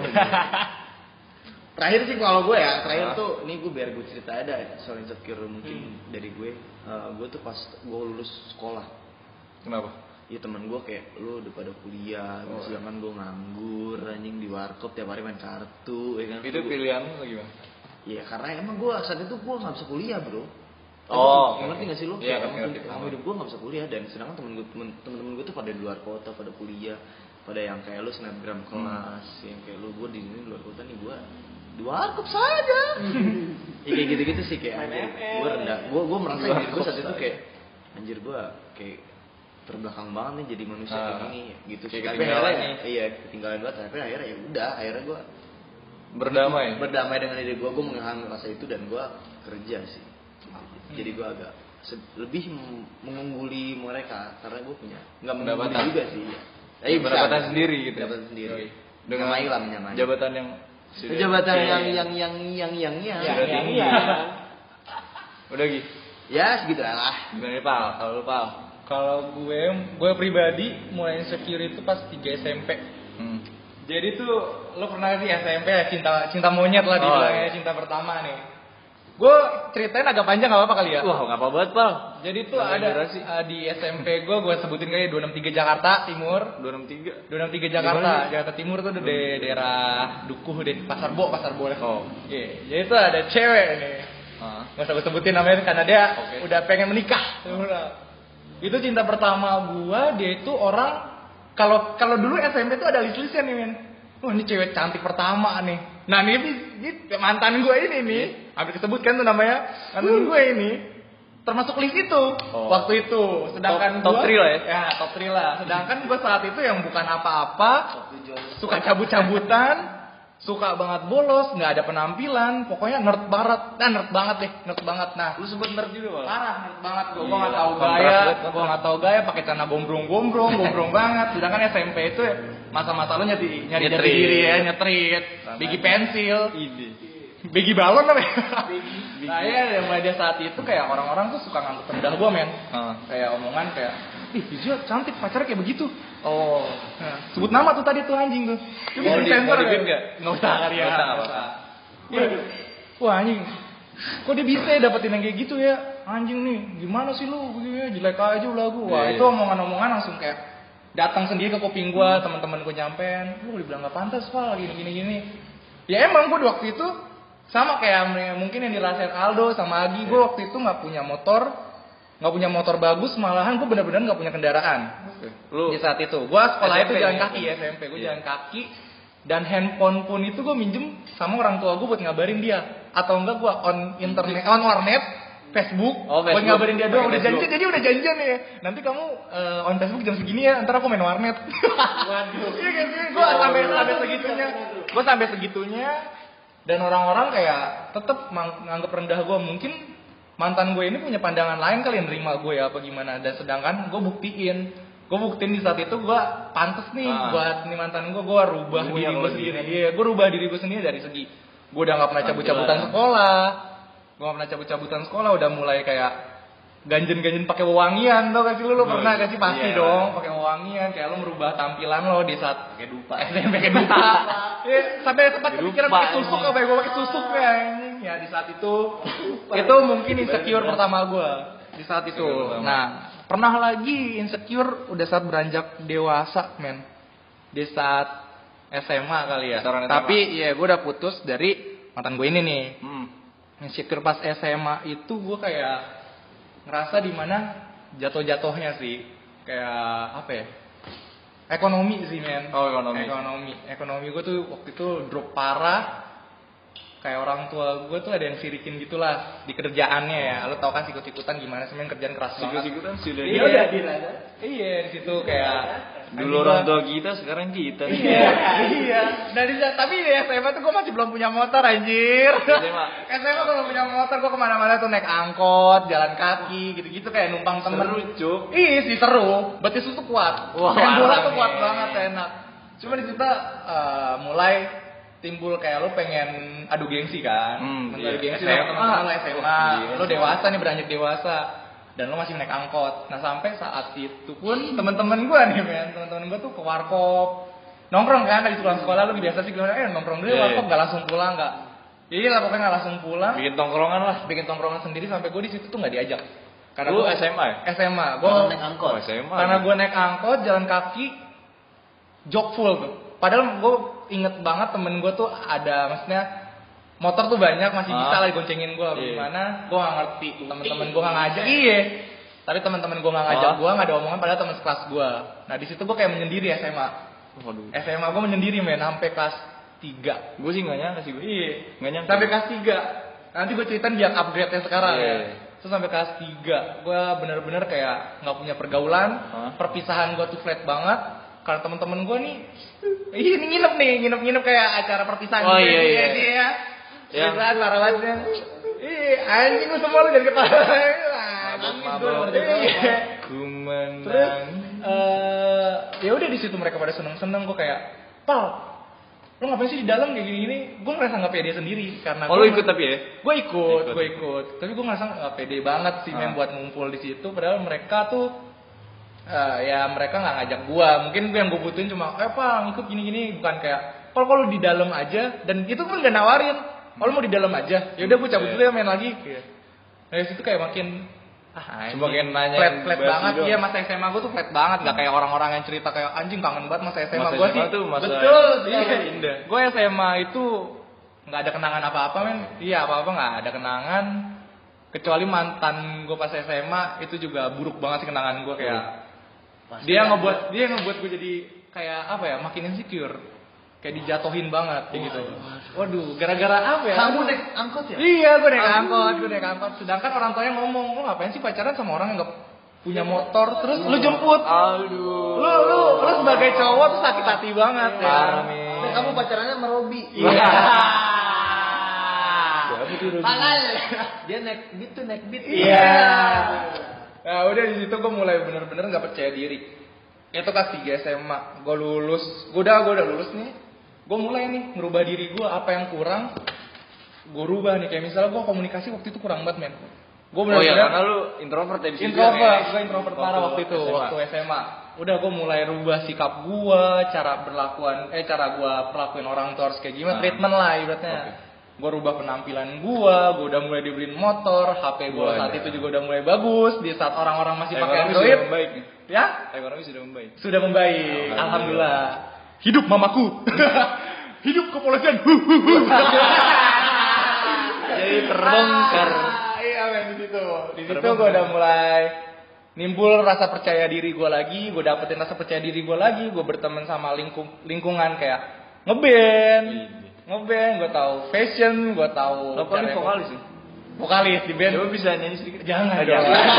Terakhir sih kalau gue ya, terakhir tuh ini gue biar gue cerita ada soal insecure mungkin dari gue. Gue tuh pas gue lulus sekolah, Kenapa? ya teman gue kayak lu udah pada kuliah, sedangkan gue nganggur anjing di warkop tiap hari main kartu, ya kan? Itu pilihan lu gimana? Iya karena emang gue saat itu gue nggak bisa kuliah bro. Oh, Ngerti nggak sih lu? Iya, Kayak ngerti. emang hidup gue nggak bisa kuliah, dan sedangkan temen-temen gue tuh pada di luar kota, pada kuliah, pada yang kayak lu snapgram kelas, yang kayak lu, gue di sini di luar kota nih, gue di warkop saja. Ya, kayak gitu-gitu sih kayak anjir, gue rendah, gue merasa diri gue saat itu kayak anjir, gue kayak terbelakang banget nih jadi manusia kayak gini gitu. Kayak Tapi ketinggalan akhirnya nih. iya ketinggalan banget, tapi akhirnya ya udah, akhirnya gue berdamai. dengan diri gue mengalami rasa itu dan gue kerja sih. Jadi gue agak lebih mengungguli mereka karena gue punya nggak mengungguli Pendapatan. juga sih. Pendapatan sendiri gitu. Pendapatan sendiri. Yoi. Dengan Menyamai lah, menyamai. jabatan yang Jabatan Iya. yang Sudah tinggi. Udah Gi. ya segitu lah. Gimana nih, Pal? Kalau lu Pal? Kalau gue pribadi mulai insecure itu pas 3 SMP. Jadi tuh lo pernah sih SMP ya, cinta monyet lah dibilangnya, cinta pertama nih. Gue ceritain agak panjang nggak apa-apa kali ya. Wah, nggak apa banget, Pal. Jadi tuh Nggak ada durasi. di SMP gue sebutin kali 263 Jakarta Timur. 263. 263 Jakarta, Jakarta Timur tuh di daerah Dukuh deh, Pasar Bo lah. Oh. Iya, jadi tuh ada cewek nih. Nggak usah gue sebutin namanya karena dia udah pengen menikah. Itu cinta pertama gua, dia itu orang kalau dulu SMP tuh ada list-listnya nih men. Wah ini cewek cantik pertama nih. Nah ini mantan gue ini nih, hampir kesebut kan tuh namanya, mantan gue ini termasuk list itu waktu itu. Sedangkan Top gua, 3 lah ya? Ya top 3 lah. Sedangkan gue saat itu yang bukan apa-apa, suka cabut-cabutan, suka banget bolos, nggak ada penampilan, pokoknya nerd banget. Nah, Lu sempet nerd juga, Pal? parah nerd banget gue Iya, nggak tahu kontras gaya, banget, gue nggak tahu gaya, pakai celana gombrong banget. Sedangkan SMP itu ya, masa-masa lu nyari Nyetrit. diri ya, nyetrit, bigi pensil. Ide. Begi balon apa ya? Nah ya mulai dari saat itu kayak orang-orang tuh suka nganggep rendah gue men. Kayak omongan kayak, ih Izio cantik pacarnya kayak begitu. Oh. Nah, sebut nama tuh tadi tuh anjing tuh. Mau di-beat nggak? Nggak usah kali ya. Nggak usah, nggak apa-apa. Wah anjing, kok dia bisa ya dapetin yang kayak gitu ya? Anjing nih, gimana sih lu? Begini jelek aja lagu. Wah itu omongan-omongan langsung kayak datang sendiri ke kuping gue, teman-teman gue nyampein, lu dibilang nggak pantas Val, gini. Ya emang gue waktu itu sama kayak mungkin yang dirasain Aldo sama Agi, gue waktu itu nggak punya motor bagus, malahan gue benar-benar nggak punya kendaraan. Lu di saat itu, gue sekolah itu jalan kaki ya SMP, gue jalan kaki. Dan handphone pun itu gue minjem sama orang tua gue buat ngabarin dia, atau enggak gue on warnet, Facebook, buat ngabarin dia doang. Udah janjian, jadi udah janjian ya. Nanti kamu on Facebook jam segini ya, ntar aku main warnet. Waduh. Iya kan sih, gue sampai segitunya. Dan orang-orang kayak tetap nganggep rendah gue. Mungkin mantan gue ini punya pandangan lain kali yang nerima gue ya apa gimana. Dan sedangkan gue buktiin di saat itu gue pantes nih buat nih mantan gue rubah diri gue sendiri. Iya, gue rubah diri gue sendiri dari segi gue udah nggak pernah cabut-cabutan sekolah, udah mulai kayak ganjen pakai wewangian, tau gak sih lu pernah gak sih pasti dong pakai wewangian, kayak lu merubah tampilan lo di saat Pakai dupa. SMP pakai dupa. Iya, sampai sempat kepikiran pakai susuk apa ya, gue pakai susuk ya anjing. Ya di saat itu mungkin insecure pertama gue di saat itu. Nah, pernah lagi insecure udah saat beranjak dewasa, men. Di saat SMA kali ya. Tapi ya gue udah putus dari mantan gue ini nih. Insecure pas SMA itu gue kayak ngerasa di mana jatuh-jatuhnya sih. Kayak apa ya? Ekonomi sih, men. Oh, Ekonomi gue tuh waktu itu drop parah. Kayak orang tua gue tuh ada yang sirikin gitulah di kerjaannya ya. Lo tau kan ikut-ikutan gimana sih, men, kerjaan keras banget. Ikut-ikutan sudah. Iya di situ kayak dulu orang tua kita, sekarang kita. Iya. Tapi di SMA tuh gue masih belum punya motor anjir. SMA gue belum punya motor, gue kemana-mana tuh naik angkot, jalan kaki, gitu-gitu kayak numpang temen. Seru cuk. Iya sih seru. Betis tuh kuat. Main bola tuh kuat banget, enak. Cuma di situ mulai timbul kayak lo pengen adu gengsi kan, adu gengsi sama teman-teman lo SMA, lo dewasa nih, beranjak dewasa, dan lo masih naik angkot. Nah sampai saat itu pun teman-teman gue nih, men, teman-teman gue tuh ke warkop, nongkrong kan dari pulang sekolah, lo biasa sih nongkrong dulu warkop, nggak langsung pulang, nggak, iya lah pokoknya nggak langsung pulang, bikin tongkrongan sendiri, sampai gue di situ tuh nggak diajak. Karena lu gua, SMA ya? SMA, gue naik angkot. Karena gue naik angkot, jalan kaki, jok full tuh. Padahal gue inget banget temen gue tuh ada, maksudnya motor tuh banyak, masih bisa lah goncengin gue. Gimana? Gue nggak ngerti. Temen-temen gue nggak ngajak. Iya. Tapi temen-temen gue nggak ngajak gue, nggak ada omongan. Padahal temen sekelas gue. Nah di situ gue kayak menyendiri SMA. SMA gue menyendiri, men, sampai kelas 3. Gue sih nggak nyangka sih gue. Iya. Nggak nyangka. Sampai kelas 3. Nanti gue ceritain biar upgrade yang sekarang ya. Terus sampai kelas 3 gue bener-bener kayak nggak punya pergaulan. Perpisahan gue tuh flat banget. Karena temen-temen gue nih, ini nginep kayak acara perpisahan. Oh iya. Dia perpisahan parah banget. Anjing lu semua lu jangan ketawa. Ku menang. Terus ya udah di situ mereka pada seneng-seneng, gue kayak, Pal, lu ngapain sih di dalam kayak gini? Gue ngerasa nggak pede sendiri karena. Oh lu ikut tapi ya? Gue ikut. Tapi gue ngerasa nggak pede banget sih, men, buat ngumpul di situ. Padahal mereka tuh ya mereka nggak ngajak gua, mungkin yang gua butuhin cuma Pak ngikut gini-gini, bukan kayak kalau di dalam aja, dan itu pun gak nawarin kalau mau di dalam aja, ya udah gua cabut dulu ya main lagi. Dari situ kayak makin cuma kayak nanya flat banget. Iya, masa SMA gua tuh flat banget, nggak kayak orang-orang yang cerita kayak anjing kangen banget masa SMA. Gua sih betul, indah. Gua SMA itu nggak ada kenangan apa-apa, men. Iya, apa-apa nggak ada kenangan, kecuali mantan gua pas SMA itu juga buruk banget sih kenangan gua, kayak dia ngebuat gue jadi kayak apa ya, makin insecure, kayak dijatuhin banget kayak gitu. Waduh, gara-gara apa ya? Kamu naik angkot ya? Iya, gue naik angkot. Sedangkan orang tuanya ngomong, lu ngapain sih pacaran sama orang yang nggak punya motor, terus lu jemput? Aduh. Lu sebagai cowok tuh sakit hati banget ya. Dan kamu pacarannya sama Robi. Iya. Pangal. Dia naik beat. Iya. Nah udah di situ gue mulai bener-bener nggak percaya diri. Itu kelas 3 SMA, gue lulus. Gue udah lulus nih. Gue mulai nih ngerubah diri gue, apa yang kurang. gue rubah nih. Kayak misalnya gue komunikasi waktu itu kurang banget men. Gue Oh iya, benar-benar karena lu introvert ya bisa introvert, gue introvert parah waktu itu, SMA. waktu SMA. Udah gue mulai rubah sikap gue, cara gue perlakuin orang tuh harus kayak gimana, treatment lah ibaratnya. Gue rubah penampilan gue udah mulai dibeliin motor, HP gue saat itu juga udah mulai bagus. Di saat orang-orang masih pakai Android, sudah membaik nih. ya Ekonomi sudah membaik. sudah membaik, alhamdulillah. Hidup mamaku, hidup kepolisian. Jadi terbongkar. Iya men di situ. Di situ gue udah mulai nimbul rasa percaya diri gue lagi, gue dapetin rasa percaya diri gue lagi, gue berteman sama lingkungan kayak ngeband, gue tahu fashion, gue tahu. Lo paling vokalis sih. Vokalis di band. Coba bisa nyanyi sedikit. Jangan Aduh.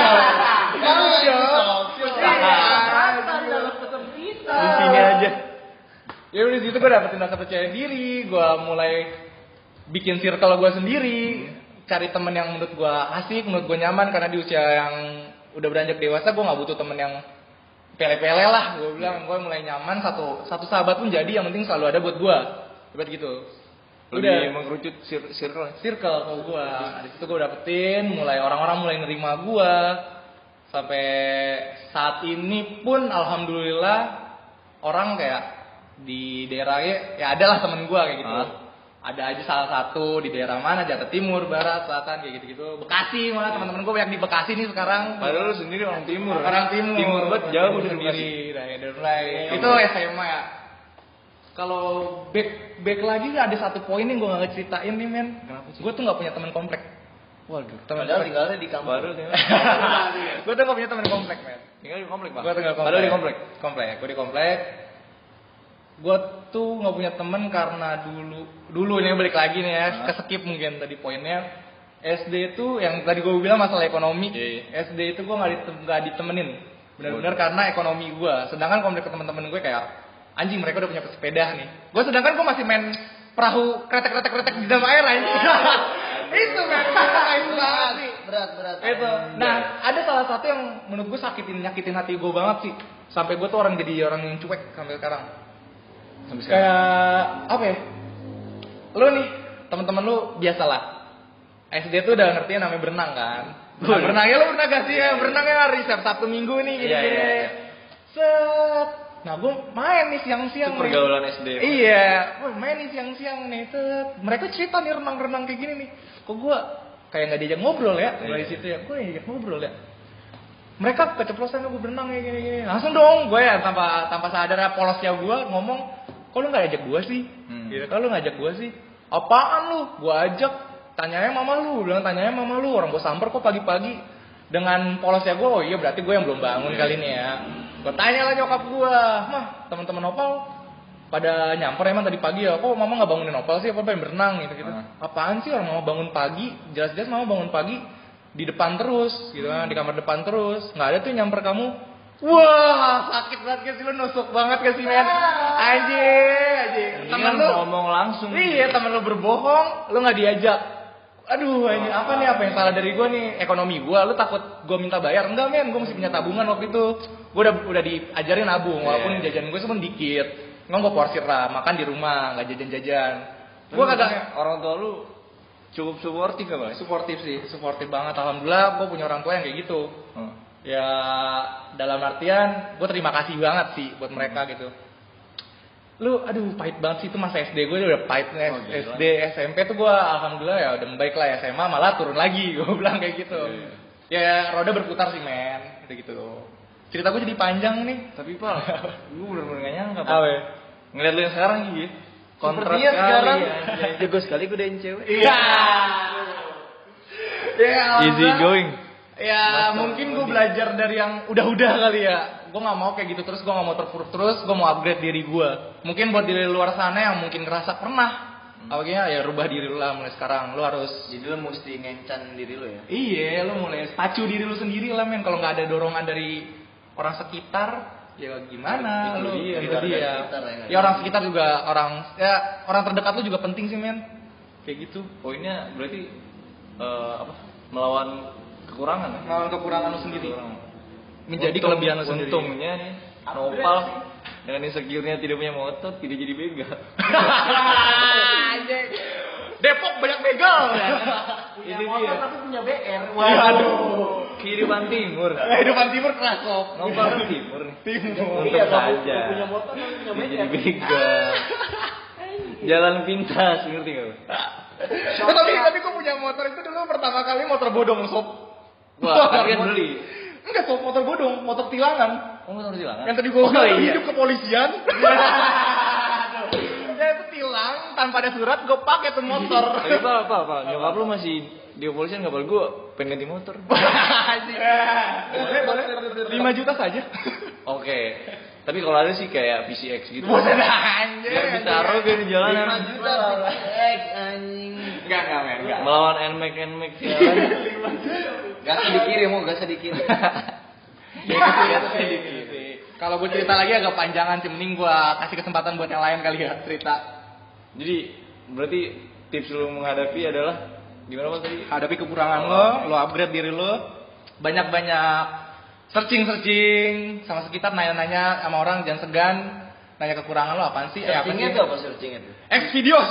Di sini aja. Ya udah di situ gue dapetin rasa percaya diri, gue mulai bikin circle gue sendiri, cari temen yang menurut gue asik, menurut gue nyaman karena di usia yang udah beranjak dewasa gue nggak butuh temen yang pele-pele lah. Gue bilang gue mulai nyaman, satu sahabat pun jadi, yang penting selalu ada buat gue, seperti gitu. Lebih mengerucut circle. Circle ke gue, di situ gue dapetin, mulai orang-orang mulai nerima gue, sampai saat ini pun alhamdulillah orang kayak di daerahnya ya adalah temen gue kayak gitu. Ada aja salah satu di daerah mana, Jakarta Timur, Barat, Selatan kayak gitu-gitu. Bekasi malah teman-teman gue banyak di Bekasi nih sekarang. Padahal lu sendiri orang timur. Orang timur. Timur banget jauh dari Bekasi. sendiri. Dari mulai itu SMA ya. Kalau back lagi ada satu poin yang gue gak ceritain nih men. Gue tuh gak punya teman komplek. Waduh. Padahal tinggalnya di kampung. Baru Gue tuh gak punya teman komplek men. tinggal di komplek, Bang. Gue tinggal komplek. Padahal di komplek. Komplek. Gue di komplek. Gue tuh nggak punya temen karena dulu ini balik lagi nih ya, keskip mungkin tadi poinnya. SD itu yang tadi gue bilang masalah ekonomi. SD itu gue nggak ditemenin, benar-benar karena ekonomi gue. Sedangkan kalau ke teman-teman gue kayak anjing mereka udah punya sepeda nih. Gue sedangkan gue masih main perahu kretek di dalam air anjing. Itu men, berat. Itu. Nah, ada salah satu yang menurut gue nyakitin hati gue banget sih. Sampai gue tuh jadi orang yang cuek sampai sekarang. Kayak apa ya? Lu nih, teman-teman lu biasalah. SD tuh udah ngerti namanya berenang kan? Nah, berenangnya lu pernah gak sih ya? Berenangnya hari Sabtu Minggu nih gini-gini. Iya. Set. Nah, gue main nih siang-siang. Itu pergaulan SD. Iya, gue main nih siang-siang nih. Set. Mereka cerita nih renang-renang kayak gini nih. Kok gue kayak nggak diajak ngobrol ya dari situ ya? Gue diajak ngobrol ya. Mereka keceplosan gue berenang kayak gini-gini. Langsung dong gue ya tanpa sadar polosnya gue ngomong, kok lu gak ajak gue sih? Gitu, kalau lu ngajak gue sih? Apaan lu? Gue ajak, tanyanya mama lu, orang gue samper kok pagi-pagi dengan polosnya gue. Oh iya berarti gue yang belum bangun kali ini ya. Gue tanya lah nyokap gue, mah teman-teman Opal pada nyamper emang tadi pagi ya, kok mama gak bangunin Opal sih, apa pengen berenang gitu. Apaan sih orang mama bangun pagi, jelas-jelas mama bangun pagi di depan terus gitu kan, di kamar depan terus, nggak ada tuh nyamper kamu. Wah, sakit banget gak sih lu, nusuk banget gak sih men? Anjing. Temen lu ngomong langsung. Iya, temen lu berbohong, lu gak diajak. Aduh, ini apa yang salah dari gue nih? Ekonomi gue, lu takut gue minta bayar? Enggak men, gue masih punya tabungan waktu itu. Gue udah diajarin nabung, walaupun jajan gue cuma dikit. Nggak gue porsir lah, makan di rumah, gak jajan-jajan. Gue kagak. Orang tua lu cukup suportif ya, Bang? Suportif banget. Alhamdulillah, gue punya orang tua yang kayak gitu. Ya dalam artian gue terima kasih banget sih buat mereka gitu. Lu aduh pahit banget sih itu masa SD gue udah pahit nih. SD SMP tuh gue alhamdulillah ya udah membaik lah ya. SMA malah turun lagi gue bilang kayak gitu. Ya roda berputar sih men, kayak gitu. Cerita gue jadi panjang nih. Tapi Pal, gue bener-bener gak nyangka Pak. Ngeliat lu yang sekarang gitu. Kontras Sepertinya sekarang ya. jago sekali godain cewek. Iya. Easy going. Ya mungkin gue belajar dari yang udah-udah kali ya. Gue gak mau kayak gitu terus, gue gak mau terpuruk terus. Gue mau upgrade diri gue. Mungkin buat diri luar sana yang mungkin ngerasa pernah awalnya ya rubah diri lu lah mulai sekarang. Lu harus. Jadi lu mesti ngencan diri lu ya. Iya, lu mulai pacu diri lu sendiri lah men. Kalau nggak ada dorongan dari orang sekitar, ya gimana? Itu Lu dia, itu dia. sekitar, Ya orang sekitar juga orang terdekat lu juga penting sih men. Kayak gitu. Poinnya berarti melawan kekurangan ya? Melawan kekurangan lu sendiri. Menjadi kelebihan lu sendiri. Untungnya nih Nopal dengan insecure-nya tidak punya motor, tidak jadi begal. Depok banyak begal. Punya Ini motor dia. tapi punya BR. Waduh. Kiriman timur. Kehidupan timur keras kok. Nongkrong timur nih. Timur. Untung Iya, nggak saja. punya motor tapi punya Dia jadi BR. begal. Jalan pintas, ngerti gak? Tapi gue punya motor itu dulu pertama kali motor bodong sob. Wah, kalian beli. Enggak sob, motor bodong, motor tilangan. Oh, motor silangan. Yang tadi gue bilang iya. hidup kepolisian. Ya itu tilang tanpa ada surat, gue pakai tuh motor. Tapi apa? Nyokap lu masih di kepolisian nggak boleh gue pengen ganti motor. Boleh. 5 juta saja. Oke. Tapi kalau ada sih kayak PCX gitu. Buset anjir. Biar bisa arogan di jalanan. 5 juta anjing. Enggak men, enggak. Melawan NMAX sialan. Gas dikirim, mau gas dikirim. Kalau gue cerita lagi agak panjangan sih, mending gue kasih kesempatan buat yang lain kali ya cerita. Jadi berarti tips lu menghadapi adalah gimana Bang tadi? Hadapi kekurangan lo upgrade diri lo, banyak-banyak searching sama sekitar, nanya-nanya sama orang, jangan segan nanya kekurangan lo apaan sih? Searchingnya itu apa searchingnya tuh? X videos.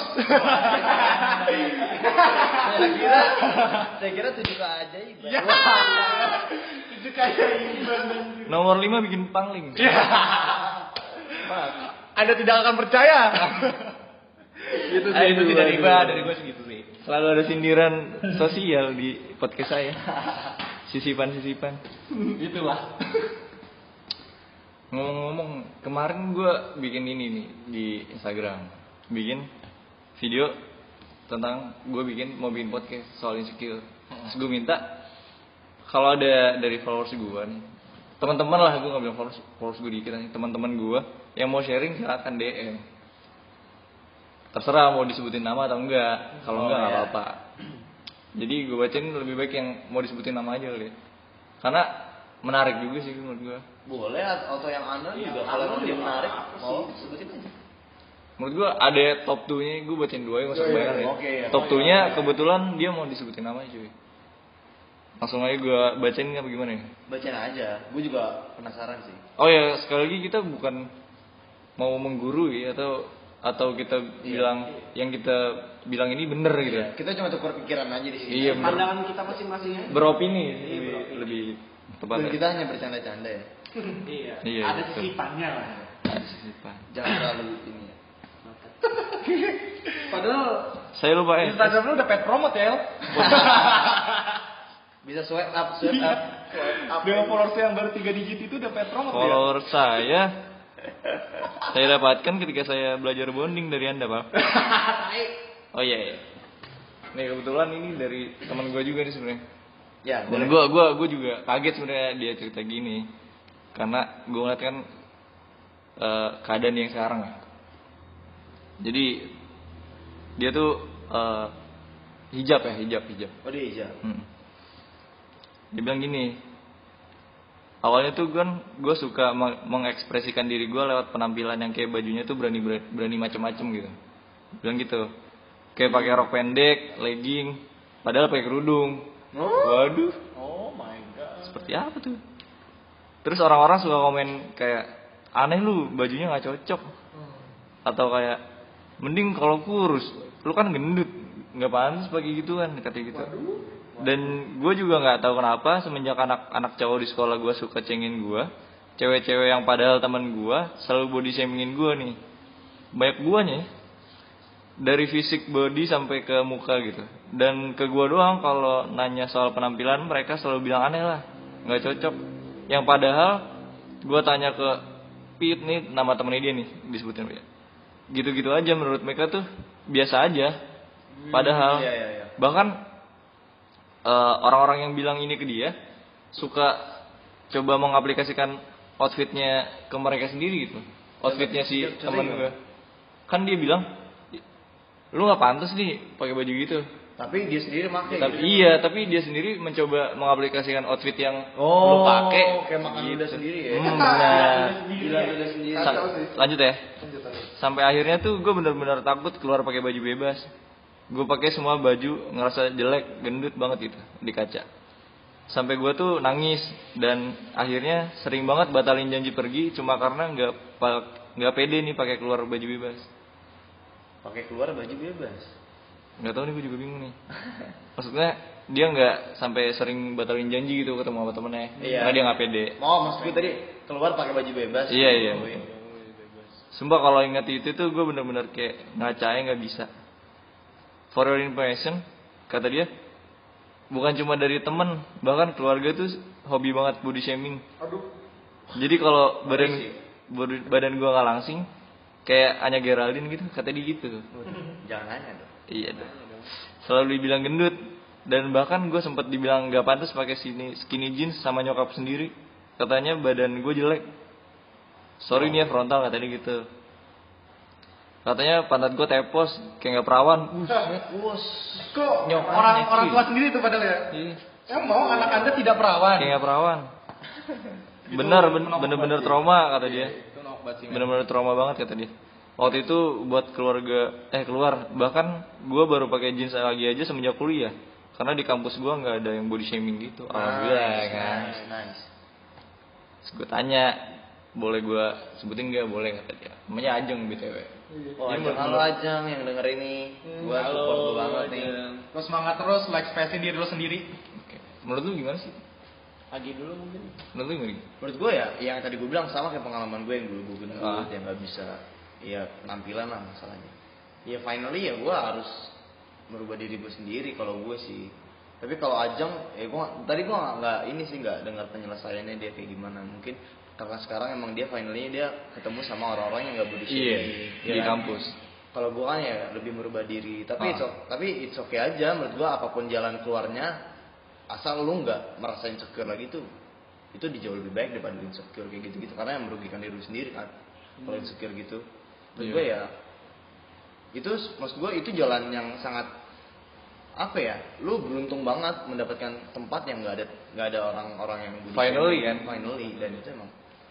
Saya kira 7K ajaib. Ya. Itu kayak Nomor 5 bikin pangling. Ya. Anda tidak akan percaya. Gitu sih, itu sih dari gue segitu sih. Selalu ada sindiran sosial di podcast saya. Sisipan. Itulah. Ngomong-ngomong, kemarin gue bikin ini nih di Instagram, bikin video tentang gue mau bikin podcast soal insecure. Terus gue minta kalau ada dari followers gue nih, teman-teman lah, gue nggak bilang followers gue dikit nih, teman-teman gue yang mau sharing silakan DM. Terserah mau disebutin nama atau enggak, kalau enggak nggak apa-apa. Jadi gue bacain lebih baik yang mau disebutin nama aja kali ya. Karena menarik juga sih menurut gue. Boleh atau yang anon juga kalau emang dia menarik mau sebutin aja. Menurut gue ada top 2-nya, gue bacain 2 ya, gak usah kebanyakan ya. Oke, ya. Top 2-nya kebetulan dia mau disebutin namanya cuy. Langsung aja gue bacain apa gimana ya? Bacain aja, gue juga penasaran sih. Oh ya, sekali lagi kita bukan mau menggurui atau kita bilang yang kita bilang ini bener gitu. Iya, kita cuma tukar pikiran aja di sini. Iya, bener. Pandangan kita masing-masing aja. Beropini lebih tepat. Dan kita hanya bercanda-canda ya. Iya. Iya, Ada betul. sisipannya lah. Ada sisipan. Jangan terlalu ini ya. Padahal Saya lupa ya. Instagram lu udah pet promote ya. Bisa swipe up. Dengan followers yang baru 3 digit itu udah pet promote ya. Follower saya dapatkan ketika saya belajar bonding dari Anda, Pak. Oh iya. Nih kebetulan ini dari teman gue juga nih sebenarnya. Ya, Dan gue juga kaget sebenarnya dia cerita gini, karena gue ngeliat kan keadaan yang sekarang ya. Jadi dia tuh hijab. Oh dia hijab. Dia bilang gini, awalnya tuh gue suka mengekspresikan diri gue lewat penampilan yang kayak bajunya tuh berani macam-macam gitu. Bilang gitu, kayak pakai rok pendek, legging, padahal pakai kerudung. Waduh. Oh my god. Seperti apa tuh? Terus orang-orang suka komen kayak aneh lu bajunya nggak cocok, atau kayak mending kalau kurus, lu kan gendut, nggak pantas pakai gituan, kata gitu. Dan gue juga nggak tahu kenapa semenjak anak cowok di sekolah gue suka cengin gue, cewek-cewek yang padahal teman gue selalu body shamingin gue nih, banyak guanya ya. Dari fisik body sampai ke muka gitu. Dan ke gue doang kalau nanya soal penampilan mereka selalu bilang aneh lah, nggak cocok. Yang padahal gue tanya ke Pit nih, nama temennya dia nih disebutin ya, gitu-gitu aja menurut mereka tuh biasa aja. Padahal bahkan orang-orang yang bilang ini ke dia suka coba mengaplikasikan outfitnya ke mereka sendiri gitu. Outfitnya si teman gue kan dia bilang lu nggak pantas nih pakai baju gitu. Tapi dia sendiri pakai. Tapi dia sendiri mencoba mengaplikasikan outfit yang lu pakai. Kayak makan lidah sendiri ya. Lidah sendiri. Lanjut ya. Sampai akhirnya tuh gue benar-benar takut keluar pakai baju bebas. Gue pakai semua baju ngerasa jelek, gendut banget gitu di kaca. Sampai gue tuh nangis dan akhirnya sering banget batalin janji pergi cuma karena nggak pede nih pakai keluar baju bebas. Pakai keluar baju bebas. Nggak tahu nih, gue juga bingung nih. Maksudnya dia nggak sampai sering batalin janji gitu ketemu sama temennya. Iya. Karena dia nggak pede. Maksud gue tadi keluar pakai baju bebas. Iya. Sumpah kalau ingat itu tuh gue bener-bener kayak ngacanya nggak bisa. For your information, kata dia, bukan cuma dari temen, bahkan keluarga tuh hobi banget body shaming. Aduh. Jadi kalau badan gue nggak langsing, kayak Anya Geraldine gitu, kata dia gitu. Jangan nanya dong. Iya dong. Selalu dibilang gendut, dan bahkan gue sempat dibilang nggak pantas pakai skinny jeans sama nyokap sendiri. Katanya badan gue jelek. Sorry nih ya frontal, katanya gitu. Katanya pantat gue tepos, kayak nggak perawan. Kok Nyokapnya, orang cuy. tua sendiri itu padahal ya? Iya. Yang mau anak Anda tidak perawan. Kayak nggak perawan. Itu Bener-bener trauma kata dia. Itu nobat sih. Bener-bener trauma banget kata dia. Waktu itu buat keluar, bahkan gue baru pakai jeans lagi aja semenjak kuliah. Karena di kampus gue nggak ada yang body shaming gitu. Alhamdulillah kan. Nice. Terus gue tanya, boleh gue sebutin nggak? Boleh kata dia. Namanya Ajeng btw. Oh, Jadi Ajeng, halo Ajeng yang denger ini. Gua support lu banget nih. Lo semangat terus, lo ekspresin diri lo sendiri. Oke. Menurut lu gimana sih? Agi dulu mungkin. Menurut lu gimana? Menurut gue ya, yang tadi gue bilang sama kayak pengalaman gue yang dulu gue gendut, Ah. yang nggak bisa, ya penampilan lah masalahnya. Ya finally ya gue harus merubah diri gue sendiri kalau gue sih. Tapi kalau Ajeng, tadi gue nggak ini sih nggak dengar penyelesaiannya dia kayak gimana. Mungkin karena sekarang emang dia finally dia ketemu sama orang-orang yang nggak body shaming. Iya, di kampus. Kalau gue kan ya lebih merubah diri. Tapi it's okay aja menurut gue, apapun jalan keluarnya, asal lu nggak merasa insecure lagi tuh, itu dijauh lebih baik daripada insecure kayak gitu-gitu, karena yang merugikan diri lu sendiri kan. Kalau insecure gitu, menurut gue ya itu, maksud gue itu jalan yang sangat apa ya, lu beruntung banget mendapatkan tempat yang nggak ada orang-orang yang Finally kan? finally, dan itu emang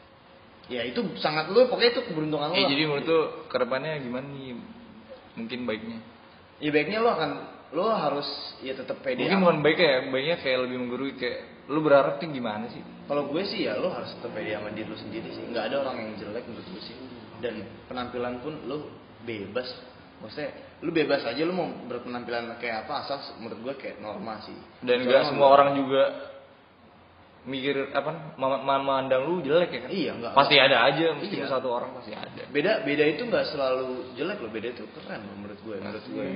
ya itu sangat, lu pokoknya itu keberuntungan lu lah. Jadi menurut lu kedepannya gimana nih? Mungkin baiknya? Ya baiknya lu harus ya tetap pede. Mungkin bukan baiknya kayak lebih menggurui, kayak lu berharap tuh gimana sih? Kalau gue sih ya lu harus tetap pede sama diri lu sendiri sih. Nggak ada orang yang jelek menurut gue sih. Dan penampilan pun lu bebas. Maksudnya lu bebas aja lu mau berpenampilan kayak apa, asal menurut gue kayak normal sih. Dan nggak semua orang juga mikir memandang lu jelek ya kan? Iya, nggak. Pasti ada aja, meskipun Iya. satu orang pasti ada. Beda itu nggak selalu jelek loh, beda itu keren loh menurut gue.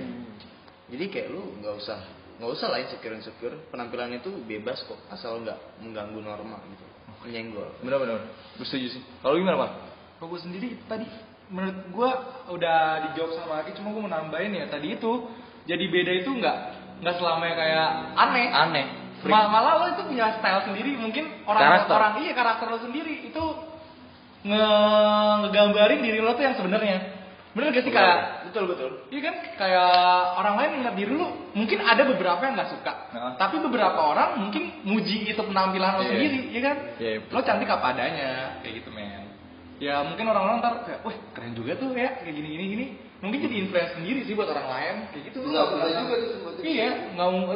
Jadi kayak lu nggak usah lah insecure. Penampilan itu bebas kok, asal nggak mengganggu norma gitu, menyenggol. Benar. Gue setuju sih. Kalau gimana Pak? Kalau gue sendiri tadi, menurut gue udah dijawab sama Aki, cuma gue mau nambahin ya tadi itu, jadi beda itu nggak selamanya kayak aneh. Malah lo itu punya style sendiri, mungkin karakter lo sendiri itu ngegambarin diri lo tuh yang sebenarnya. Bener gak sih kayak? Betul. Iya kan, kayak orang lain ngeliat diri lu, mungkin ada beberapa yang nggak suka, tapi beberapa orang mungkin muji itu penampilan lo sendiri, ya kan? Lo cantik apa adanya, kayak gitu men. Ya mungkin orang-orang ntar kayak, wah keren juga tuh ya, kayak gini. Mungkin jadi influence sendiri sih buat orang lain, kayak gitu. Iya,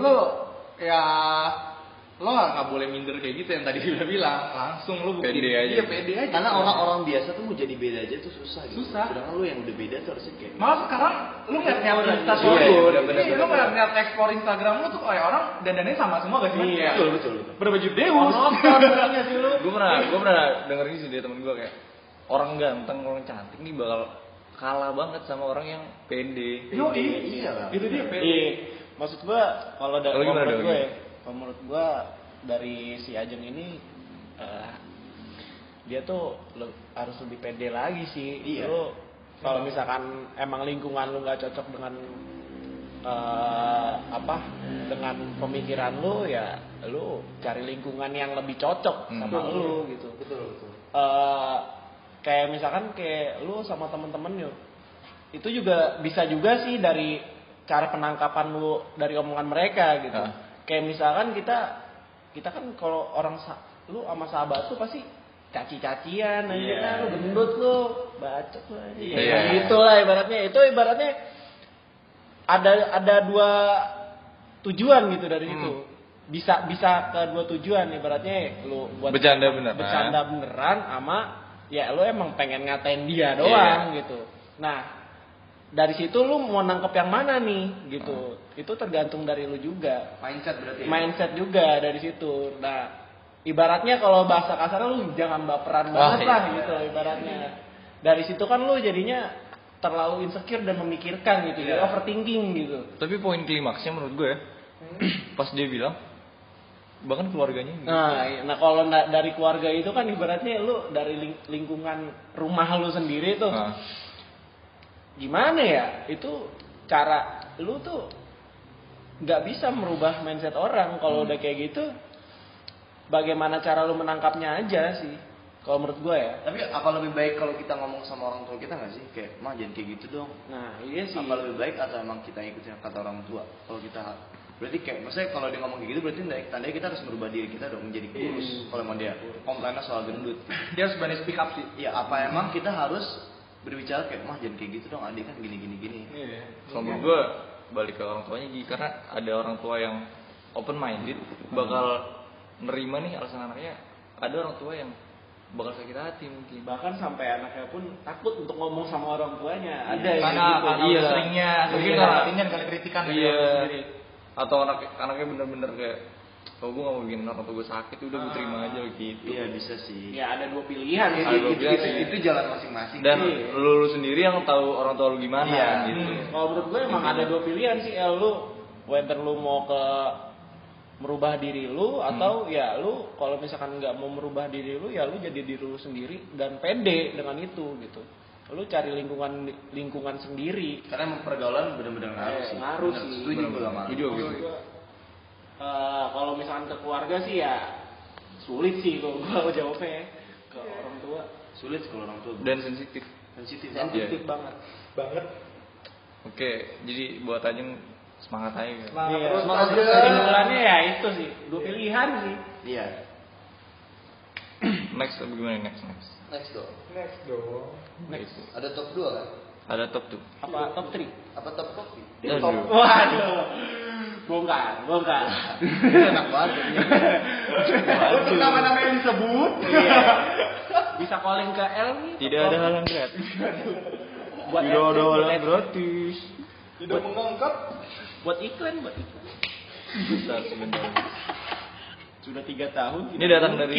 lo nggak boleh minder kayak gitu yang tadi udah bilang, langsung lo buktiin. Pede aja. Iya, pede aja. Karena orang-orang biasa tuh mau jadi beda aja tuh susah gitu. Susah. Sedangkan lu yang udah beda tuh harusnya kayak Malah sekarang lu ngeliat Instastory, lu ngeliat explore Instagram lu tuh kayak orang dandannya sama semua gak sih? Iya. Betul. Berbaju Deus. Gue pernah denger ini sih dari temen gue, kayak orang ganteng, orang cantik nih bakal kalah banget sama orang yang pede. Iya lah. Itu dia pede. Iya. Maksud gua kalau Kalau gimana, menurut Dok? gue ya, kalau menurut gua dari si Ajeng ini dia tuh harus lebih pede lagi sih. Iya. Lu kalau misalkan emang lingkungan lu nggak cocok dengan dengan pemikiran lu, ya lu cari lingkungan yang lebih cocok sama lu gitu. betul. Kayak misalkan kayak lu sama temen-temen yuk, itu juga bisa juga sih dari cara penangkapan lu dari omongan mereka gitu. Kayak misalkan kita kan kalau lu sama sahabat lu pasti caci-cacian aja kan, lu gendut lu, bacot lu aja. Gitulah ibaratnya. Itu ibaratnya ada dua tujuan gitu dari itu. Bisa ke dua tujuan, ibaratnya lu buat Bercanda beneran sama ya lu emang pengen ngatain dia doang gitu. Nah, dari situ lu mau nangkep yang mana nih gitu. Itu tergantung dari lu juga. Mindset berarti. Mindset juga dari situ. Nah, ibaratnya kalau bahasa kasar lu jangan baperan banget lah gitu ibaratnya. Dari situ kan lu jadinya terlalu insecure dan memikirkan gitu, jadi overthinking gitu. Tapi poin klimaksnya menurut gue ya, pas dia bilang bahkan keluarganya gitu. Nah kalau dari keluarga itu kan ibaratnya lu dari lingkungan rumah lu sendiri tuh. Gimana ya? Itu cara lu tuh nggak bisa merubah mindset orang. Kalau udah kayak gitu, bagaimana cara lu menangkapnya aja sih. Kalau menurut gue ya. Tapi apa lebih baik kalau kita ngomong sama orang tua kita nggak sih? Kayak, mah jangan kayak gitu dong. Nah iya sih. Apa lebih baik atau emang kita ikutin kata orang tua? Kalau kita berarti kayak, maksudnya kalau dia ngomong kayak gitu berarti tandanya kita harus merubah diri kita dong menjadi kurus. Kalau emang dia komplainnya soal gendut, Dia harus berani speak up sih. ya apa emang kita harus berbicara kayak, mah jangan kayak gitu dong, adik kan gini. Kalau menurut gue balik ke orang tuanya gitu, karena ada orang tua yang open minded bakal nerima nih alasan anaknya. Ada orang tua yang bakal sakit hati mungkin. Bahkan sampai anaknya pun takut untuk ngomong sama orang tuanya. Ada Karena yang gitu. udah seringnya mungkin perhatian kali kritikan dari orang sendiri. Atau anaknya bener-bener kayak, oh gue gak mau bikin orang tua gue sakit, udah gue terima aja gitu. Iya bisa sih. Ya ada dua pilihan ya. Ada dua pilihan. Itu jalan masing-masing. Dan lu sendiri yang tahu orang tua lu gimana gitu. Kalau menurut gue emang ada dua pilihan sih. Lu whether lu mau ke merubah diri lu atau ya lu kalau misalkan nggak mau merubah diri lu ya lu jadi diri lu sendiri dan pede dengan itu gitu. Lu cari lingkungan sendiri. Karena emang pergaulan benar-benar ngaruh sih. Ngaruh sih. Setuju gue sama. Setuju gue. Kalau misalkan ke keluarga sih ya sulit sih kalau gue jawabnya ke orang tua. Sulit kalau orang tua. Dan sensitif. Sensitif banget. Oke, jadi buat Ajeng semangat aja gitu. Semangat kesimpulannya ya itu sih dua pilihan sih. Iya. Next gimana next? Next dong. Next. Ada top 2 kan? Ada top tuh. Apa top 3? Apa top kopi? Aduh. Waduh. Bongkar. Enak banget. Untuk nama-nama yang disebut. Bisa calling ke L nih. Tidak ada hal yang gratis. Buat Tidak ada hal yang adsense. gratis. Tidak mengangkat. Buat iklan. Besar sebenarnya. Sudah 3 tahun. Ini datang dari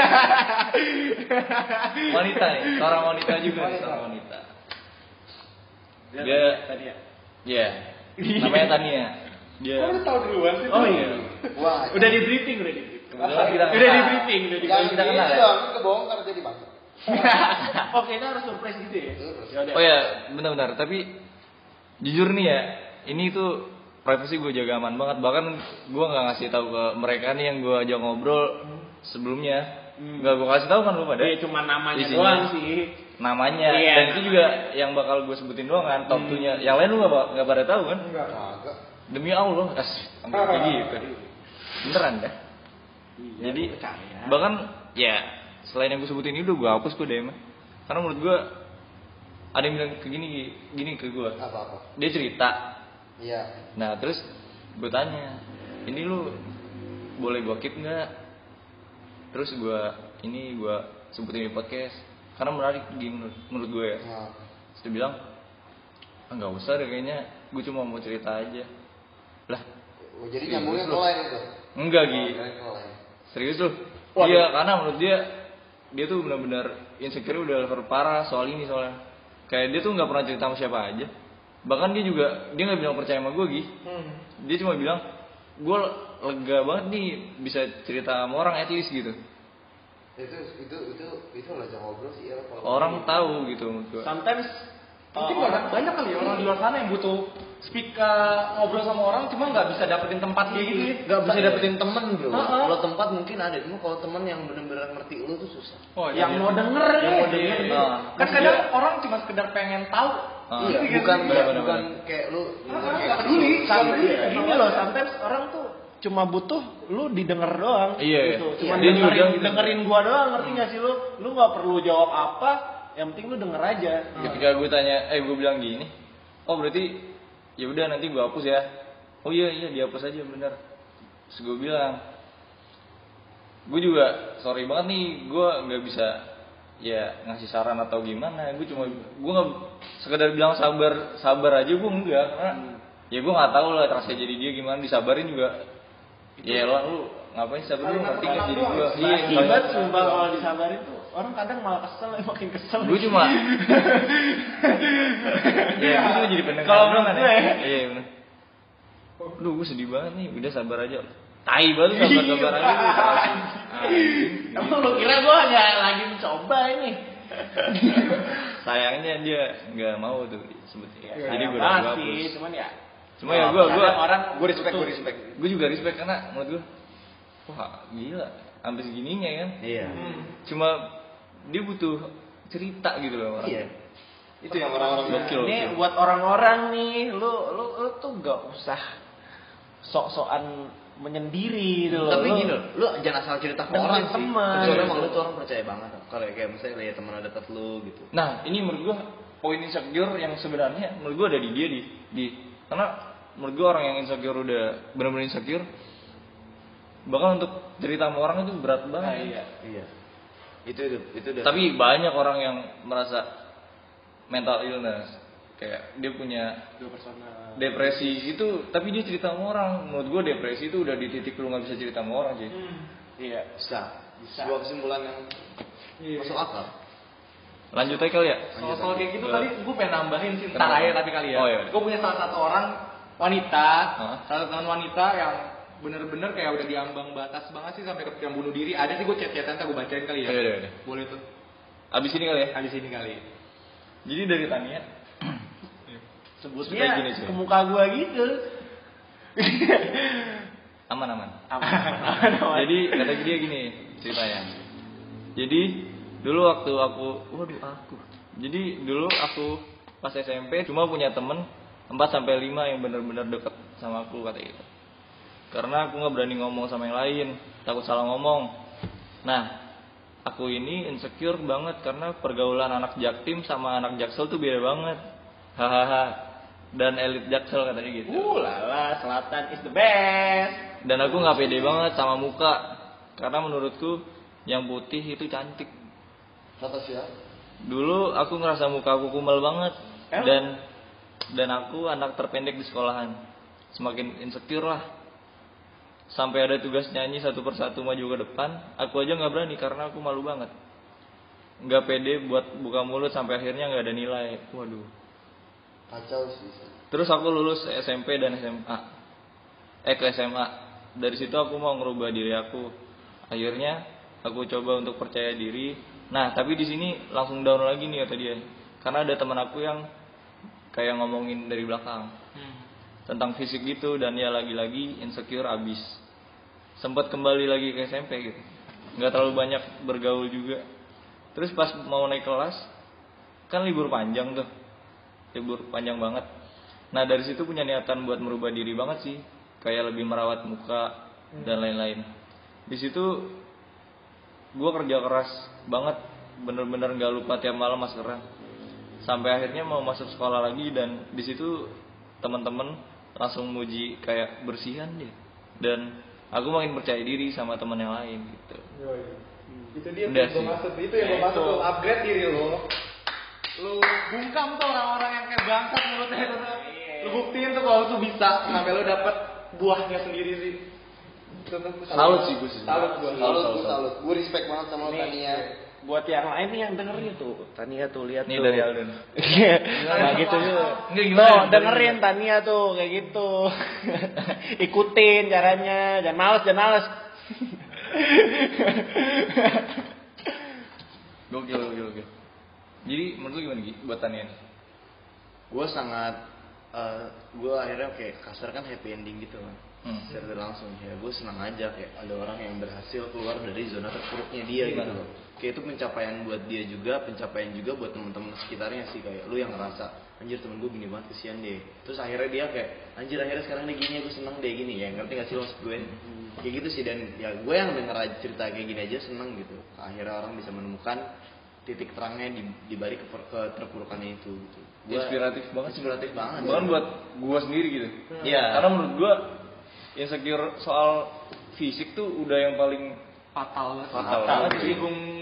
wanita nih, seorang wanita juga nih, seorang wanita. Dia Tania. Iya. Namanya Tania. Dia Kamu tahu duluan sih. Oh iya. Wah. Udah di briefing. kebetulan kita Udah di briefing. kita kenal ya. Kebongkar jadi masuk. Oke, itu harus surprise gitu ya. Yaudah. Oh ya, benar-benar. Tapi jujur nih ya, ini tuh privasi gue jaga aman banget. Bahkan gue nggak ngasih tahu ke mereka nih yang gue ajak ngobrol sebelumnya. Nggak gue kasih tahu kan lu pada. Iya, cuma namanya Isinya. doang sih. Namanya. Iya. Dan itu juga yang bakal gue sebutin doang kan. Top 2-nya. Yang lain lu nggak pada tahu kan? Enggak. Demi Allah, sampai kayak gitu. Beneran dah. Jadi bahkan ya selain yang gue sebutin itu gue hapus gue DM. Karena menurut gue ada yang bilang ke gini ke gue. Apa-apa? Dia cerita. Iya. Nah terus gue tanya, ini lu boleh gue keep nggak? Terus gue sebutin di podcast karena menarik menurut gue ya. Nah. Terus dia bilang, nggak usah deh kayaknya, gue cuma mau cerita aja. Lah, Oh, jadi serius nyambungnya lu? ke lain itu. Enggak Gi, Ke lain. serius lu? Iya, karena menurut dia tuh benar-benar insecure udah level parah soal ini soalnya. Kayak dia tuh nggak pernah cerita sama siapa aja. Bahkan dia nggak bilang percaya sama gue Gi. Dia cuma bilang, gue lega banget nih bisa cerita sama orang at least gitu. Itu ngajak ngobrol sih ya. Orang tahu gitu menurut gue. Sometimes Mungkin banyak kali ya orang di luar sana yang butuh ngobrol sama orang cuma nggak bisa dapetin tempat kayak gitu ya. Gak bisa dapetin temen bro. Heeh. Kalau tempat mungkin ada, cuma kalau temen yang benar-benar ngerti lu tuh susah. Oh, yang mau denger Yang mau denger, Iya. nah. Kan kadang orang cuma sekedar pengen tahu. Iya, bukan benar-benar. kayak lu. Nggak peduli. Gini loh, sometimes orang tuh cuma butuh lu didengar doang. Iya, gitu. iya. Cuma Dia juga bilang gitu. dengerin gua doang, ngerti nggak sih lu? Lu nggak perlu jawab apa, yang penting lu denger aja. Ketika gue tanya, gue bilang gini, oh berarti ya udah nanti gue hapus ya. Oh iya dihapus aja bener. Terus gue bilang, gue juga sorry banget nih, gue nggak bisa ya ngasih saran atau gimana. Gue nggak sekedar bilang sabar aja, gue enggak, karena ya gue nggak tahu lah rasanya jadi dia gimana, disabarin juga ya lah, lu ngapain sabar, lu ngerti kan jadi gue. Iya hebat sumpah kalau disabarin tuh orang kadang malah kesel, makin kesel. Gue cuma ya gue cuma jadi pendengar kalau doang menurut gue iya bener. Duh gue sedih banget nih, udah sabar aja. Tai banget sabar aja gue. Emang lu kira gue hanya lagi mencoba ini? Sayangnya dia nggak mau tuh sebetulnya. Jadi gue udah hapus. Cuman ya. Cuma ya gue gue respect. Gue juga respect karena menurut gue, wah gila, sampai segininya kan. Iya. Cuma dia butuh cerita gitu loh orang. Iya. Itu yang orang-orang gokil. Ini buat orang-orang nih, lu tuh gak usah sok-sokan menyendiri gitu loh. Tapi gini loh, lu jangan asal cerita ke orang sih. teman. Kecuali emang lu tuh orang percaya banget. Kalau kayak misalnya lihat teman dekat lu gitu. Nah ini menurut gue poin insecure yang sebenarnya menurut gue ada di dia di karena menurut gue orang yang insecure udah benar-benar insecure, bahkan untuk cerita sama orang itu berat banget. Iya. Itu udah. Tapi banyak orang yang merasa mental illness, kayak dia punya depresi itu, tapi dia cerita sama orang. Menurut gue depresi itu udah di titik lu nggak bisa cerita sama orang sih. Iya, bisa. Sebuah kesimpulan yang masuk akal. Lanjut aja kali ya. Soal kayak gitu tadi gue pengen nambahin sih, ntar aja tapi kali ya. Oh, iya. Gue punya salah satu orang wanita, Hah? salah satu teman wanita yang bener-bener kayak udah diambang batas banget sih sampai kepikiran bunuh diri. Ada sih gue chat-chatan, gue bacain kali ya. Iya. Boleh tuh. Abis ini kali ya. Habis ini kali. Jadi dari Tania Sebutnya kayak gini, cuy. ke muka gua gitu. aman. Aman. Jadi kata dia gini ceritanya. Jadi dulu waktu Jadi dulu aku pas SMP cuma punya temen 4 sampai 5 yang benar-benar deket sama aku kata gitu. Karena aku nggak berani ngomong sama yang lain, takut salah ngomong. Nah, aku ini insecure banget karena pergaulan anak Jaktim sama anak Jaksel tuh beda banget. Hahaha. Dan elit Jaksel katanya gitu. Lala, Selatan is the best. Dan aku nggak pede banget sama muka karena menurutku yang putih itu cantik. Kata siapa? Dulu aku ngerasa muka aku kumal banget dan aku anak terpendek di sekolahan. Semakin insecure lah. Sampai ada tugas nyanyi satu persatu maju ke depan, aku aja nggak berani karena aku malu banget. Nggak pede buat buka mulut sampai akhirnya nggak ada nilai. Waduh. Kacau sih. Terus aku lulus SMP dan SMA. Ke SMA. Dari situ aku mau ngerubah diri aku. Akhirnya aku coba untuk percaya diri. Nah, tapi di sini langsung down lagi nih kata dia. Karena ada teman aku yang kayak ngomongin dari belakang. Tentang fisik gitu dan ya lagi-lagi insecure abis. Sempat kembali lagi ke SMP gitu. Nggak terlalu banyak bergaul juga. Terus pas mau naik kelas, kan libur panjang tuh. Libur panjang banget. Nah dari situ punya niatan buat merubah diri banget sih. Kayak lebih merawat muka dan lain-lain. Di situ gue kerja keras banget. Bener-bener gak lupa tiap malam maskeran. Sampai akhirnya mau masuk sekolah lagi dan di situ teman-teman langsung muji kayak bersihan deh. Dan aku makin percaya diri sama teman yang lain gitu. Itu dia Udah yang sih. gue maksud. Itu yang gue maksud tuh, upgrade diri lo. Lu bungkam tuh orang-orang yang kayak bangsat menurutnya itu tuh. Lu buktiin tuh kalau tuh bisa sampai lu dapet buahnya sendiri sih. Salut sih gue sih. Salut gue. Salut. Gue respect banget sama Nih, Tania. Buat yang lain nih yang dengerin tuh, Tania tuh lihat Nih tuh. dari Alden. Nah gitu tuh. Enggak, gimana? Tuh, dengerin Tania tuh kayak gitu. Ikutin caranya, jangan males. Gokil. Jadi menurut lu gimana Gi buat Tania nih? Gue sangat gue akhirnya kayak kasar kan happy ending gitu kan. Secara langsung ya gue senang aja kayak ada orang yang berhasil keluar dari zona terpuruknya dia gitu loh. Kayak itu pencapaian buat dia juga, pencapaian juga buat teman-teman sekitarnya sih, kayak lu yang ngerasa anjir temen gue gini banget kesian deh. Terus akhirnya dia kayak anjir akhirnya sekarang dia gini, gue seneng deh gini ya, ngerti gak sih maksud gue? Kayak gitu sih, dan ya gue yang denger aja cerita kayak gini aja seneng gitu. Akhirnya orang bisa menemukan titik terangnya di balik keterpurukannya itu gitu. Inspiratif banget. Bahkan Bahkan buat gue sendiri gitu. Iya. Karena menurut gue insecure soal fisik tuh udah yang paling Fatal banget sih. Disinggung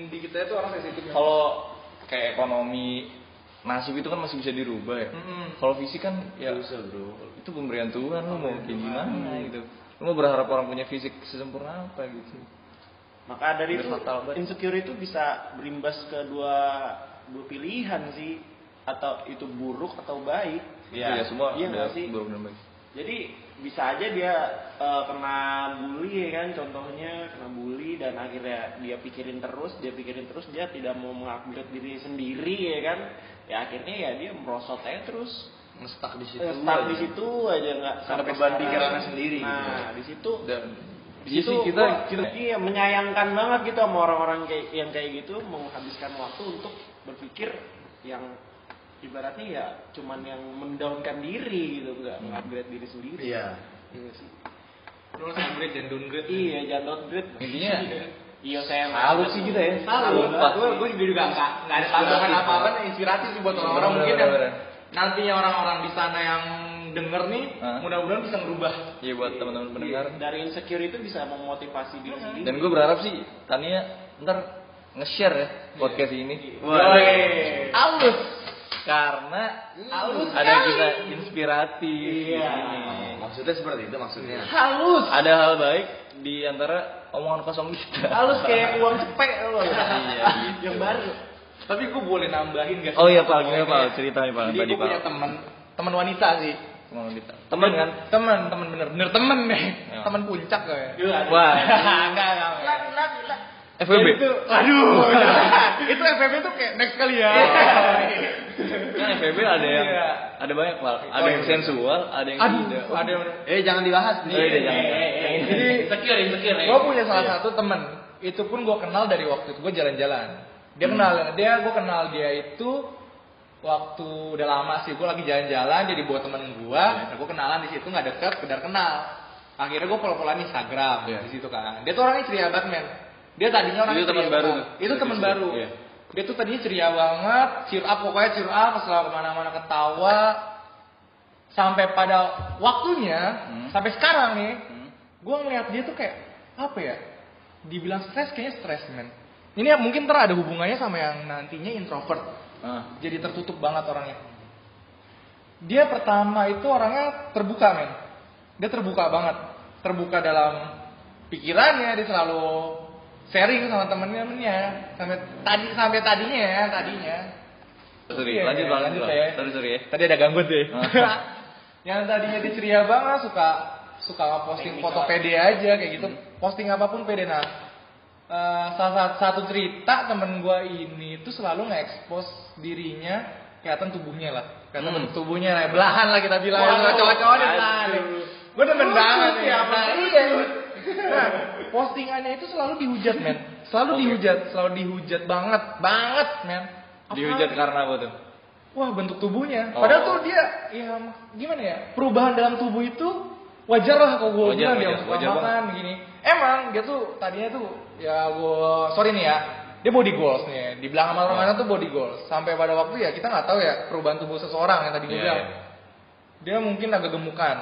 di kita itu orang sensitif. Kalau kayak ekonomi nasib itu kan masih bisa dirubah ya. Kalau fisik kan ya Bisa, bro. itu pemberian Tuhan, lu mau kayak gimana gitu. Lu mau berharap orang punya fisik sesempurna apa gitu. Maka dari itu Fatal banget. insecure itu bisa berimbas ke dua pilihan sih, atau itu buruk atau baik. Ya, semua Iya ada nggak sih? buruk dan baik. Jadi bisa aja dia kena bully ya kan, contohnya kena bully dan akhirnya dia pikirin terus dia tidak mau mengupgrade diri sendiri ya kan, ya akhirnya ya dia merosot aja terus, Ngestak di situ. stuck di situ aja nggak Karena sampai beban sekarang. pikirannya sendiri. Nah di situ Dan di situ kita iya menyayangkan banget gitu sama orang-orang yang kayak gitu, menghabiskan waktu untuk berpikir yang ibaratnya ya cuman yang mendownkan diri gitu, nggak upgrade diri sendiri. Iya. Iya sih. Terus upgrade dan downgrade. Iya, jangan downgrade. intinya Iya saya salut sih kita ya. Salut. Sumpah. Gue juga nggak ada tambahan apa-apa, inspirasi sih buat orang-orang mungkin yang Bener-bener. nantinya orang-orang di sana yang denger nih, Hah? mudah-mudahan bisa ngerubah. Iya buat teman-teman pendengar. Dari insecure itu bisa memotivasi diri sendiri. Dan gue berharap sih Tania ntar nge-share ya podcast ini. Yoi. Halus. Karena Halus ada sekali. kita inspiratif. Iya. Ini. Maksudnya seperti itu maksudnya. Halus. Ada hal baik di antara omongan kosong kita. Halus kayak uang cepek loh. Iya, gitu. Yang baru. Tapi gue boleh nambahin gak sih? Oh iya Pak, gimana Pak? Ceritain Pak. Jadi Tadi gue punya Pak. teman wanita sih. Teman kan? Teman bener temen nih. Ya. Teman puncak gue. Wah. enggak. FWB. Itu, aduh, itu FWB tuh kayak next kali ya. Kan FWB ada yang Iya. ada banyak Pak. Ada Oh, yang iya. sensual, ada yang Aduh, tidak. ada yang Jangan dibahas nih. Oh, iya, jangan. Jadi insecure. gue punya salah satu temen, itu pun gue kenal dari waktu itu gue jalan-jalan. Gue kenal dia itu waktu udah lama sih, gue lagi jalan-jalan jadi bawa temen gue, gue kenalan di situ nggak deket, sekedar kenal. Akhirnya gue follow-followan Instagram Iya. di situ kan. Dia tuh orangnya ceria banget men. Dia tadinya orangnya Itu teman ceria baru banget. tuh. Itu teman baru. Iya. Dia tuh tadinya ceria banget, cheer up pokoknya cheer up, selalu kemana-mana ketawa. Sampai pada waktunya, sampai sekarang nih, gue ngeliat dia tuh kayak apa ya? Dibilang stres, kayaknya stres men. Ini ya, mungkin ntar ada hubungannya sama yang nantinya introvert. Jadi tertutup banget orangnya. Dia pertama itu orangnya terbuka men. Dia terbuka banget. Terbuka dalam pikirannya, dia selalu sharing sama temen-temennya. Sampai tadinya. Sorry, Iya, lanjut Bang, lanjut Bang. ya. Sorry ya. Tadi ada gangguan deh. Yang tadinya dia ceria banget, suka nge-posting foto pede aja kayak gitu. Posting apapun pede. Nah, salah satu cerita temen gue ini tuh selalu nge-expose dirinya, kelihatan tubuhnya lah. Kelihatan bentuk tubuhnya lah, belahan lah kita bilang. Cowok-cowok deh belahan. Gue demen banget nih. Nah, postingannya itu selalu dihujat men. Selalu dihujat banget men. Dihujat karena apa tuh? Wah bentuk tubuhnya. Oh. Padahal tuh dia ya gimana ya, perubahan dalam tubuh itu wajar lah kalau gue bilang dia suka wajar makan begini. Emang dia tuh tadinya tuh ya sorry nih ya, dia body goals nih. Dibilang sama orang-orang tuh body goals. Sampai pada waktu ya kita nggak tahu ya perubahan tubuh seseorang yang tadi gue bilang. Dia mungkin agak gemukan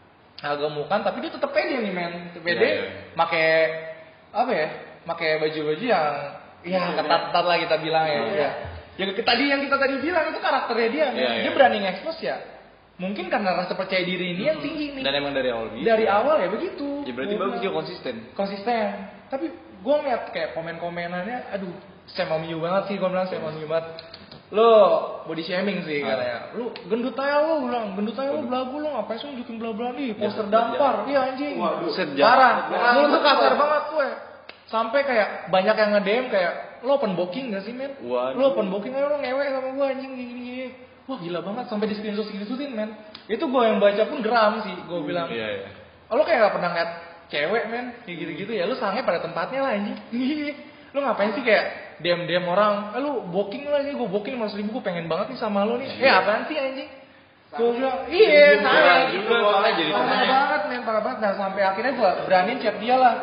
tapi dia tetap pede nih men. Pede, pakai apa ya? Pakai baju-baju yang ya ketat-ketat lah kita bilang ya. Yang tadi yang kita tadi bilang itu karakternya dia. Dia berani nge-expose ya. Mungkin karena rasa percaya diri ini yang tinggi nih. Dan emang dari awal gitu. Dari awal ya begitu. Ya berarti bagus dia konsisten. Tapi gue ngeliat kayak komen-komenannya, aduh, shame on you banget sih. Gue bilang shame on you banget. Lo body shaming sih katanya. Lu gendut aja lo, bilang gendut aja lo, belagu lo, ngapain sih nunjukin bela-bela nih, poster dampar. Iya anjing. Parah. Lu tuh kasar banget gue. Sampai kayak banyak yang nge-DM kayak, lo open booking gak sih men? Lo open booking aja, lo ngewek sama gue anjing gini-gini. Wah gila banget, sampai di screenshot-screenshotin men. Itu gue yang baca pun geram sih, gue bilang. Lo kayak gak pernah ngeliat cewek men, kayak gitu-gitu ya, lo sangnya pada tempatnya lah anjing. Lo ngapain sih kayak DM orang, lu booking lah ini, gue booking 500.000, gue pengen banget nih sama lo nih. Apaan sih anjing? Gue bilang, iya salah juga soalnya jadi parah banget. Nah sampai akhirnya gue beraniin chat dia lah.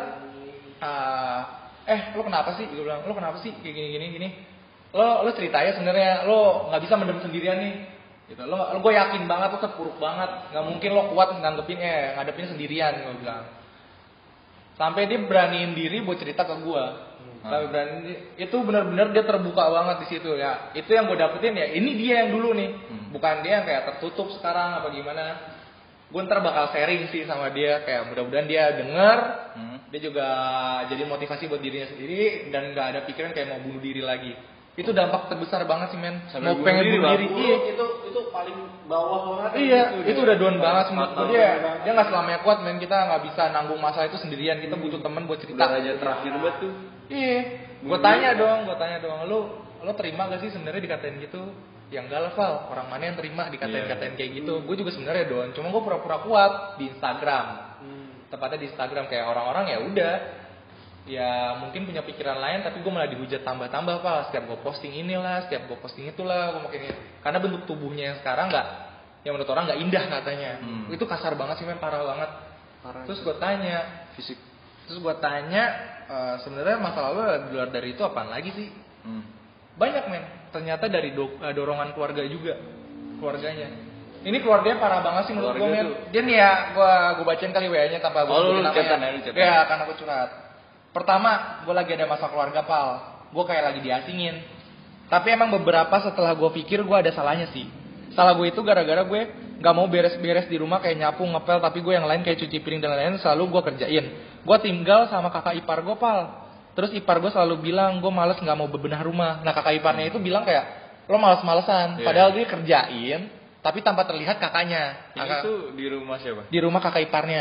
Lo kenapa sih? Gue bilang, lo kenapa sih kayak gini? Lo cerita aja sebenarnya, lo nggak bisa mendem sendirian nih. Gitu. Lo gue yakin banget lo terpuruk banget, nggak mungkin lo kuat ngadepin sendirian. Gue bilang. Sampai dia beraniin diri buat cerita ke gue. Lebih berani. Itu benar-benar dia terbuka banget di situ ya. Itu yang gue dapetin ya. Ini dia yang dulu nih. Bukan dia yang kayak tertutup sekarang apa gimana. Gue ntar bakal sharing sih sama dia. Kayak mudah-mudahan dia denger. Dia juga jadi motivasi buat dirinya sendiri. Dan gak ada pikiran kayak mau bunuh diri lagi. Itu dampak terbesar banget sih men. Sampai Mau pengen bunuh diri. Iya. Itu paling bawah banget. Iya, itu udah down banget menurut dia nggak selamanya kuat men, kita nggak bisa nanggung masalah itu sendirian, kita butuh teman buat cerita. Raja terakhir banget tuh. Iya, gue tanya dong, lo terima gak sih sebenarnya dikatain gitu? Yang enggak lah Val, orang mana yang terima dikatain kayak gitu? Gue juga sebenarnya down, cuma gue pura-pura kuat di Instagram, tepatnya di Instagram kayak orang-orang ya udah. Ya mungkin punya pikiran lain tapi gue malah dihujat tambah-tambah Pak. Setiap gue posting inilah, setiap gue posting itulah, gue makin karena bentuk tubuhnya yang sekarang nggak, yang menurut orang nggak indah katanya. Itu kasar banget sih men, parah banget. Terus gue tanya fisik, terus gue tanya sebenarnya masa lalu di luar dari itu apaan lagi sih? Banyak men, ternyata dari dorongan keluarga juga, keluarganya. Ini keluarganya parah banget sih menurut gue men. Dia nih ya, gue bacain kali WA-nya tanpa gue sebutin namanya. Ya karena gue curhat. Pertama, gue lagi ada masalah keluarga Pal. Gue kayak lagi diasingin. Tapi emang beberapa setelah gue pikir gue ada salahnya sih. Salah gue itu gara-gara gue gak mau beres-beres di rumah kayak nyapu, ngepel. Tapi gue yang lain kayak cuci piring dan lain-lain selalu gue kerjain. Gue tinggal sama kakak ipar gue Pal. Terus ipar gue selalu bilang gue males gak mau bebenah rumah. Nah kakak iparnya itu bilang kayak lo males-malesan. Padahal dia kerjain tapi tanpa terlihat kakaknya. Ini tuh di rumah siapa? Di rumah kakak iparnya.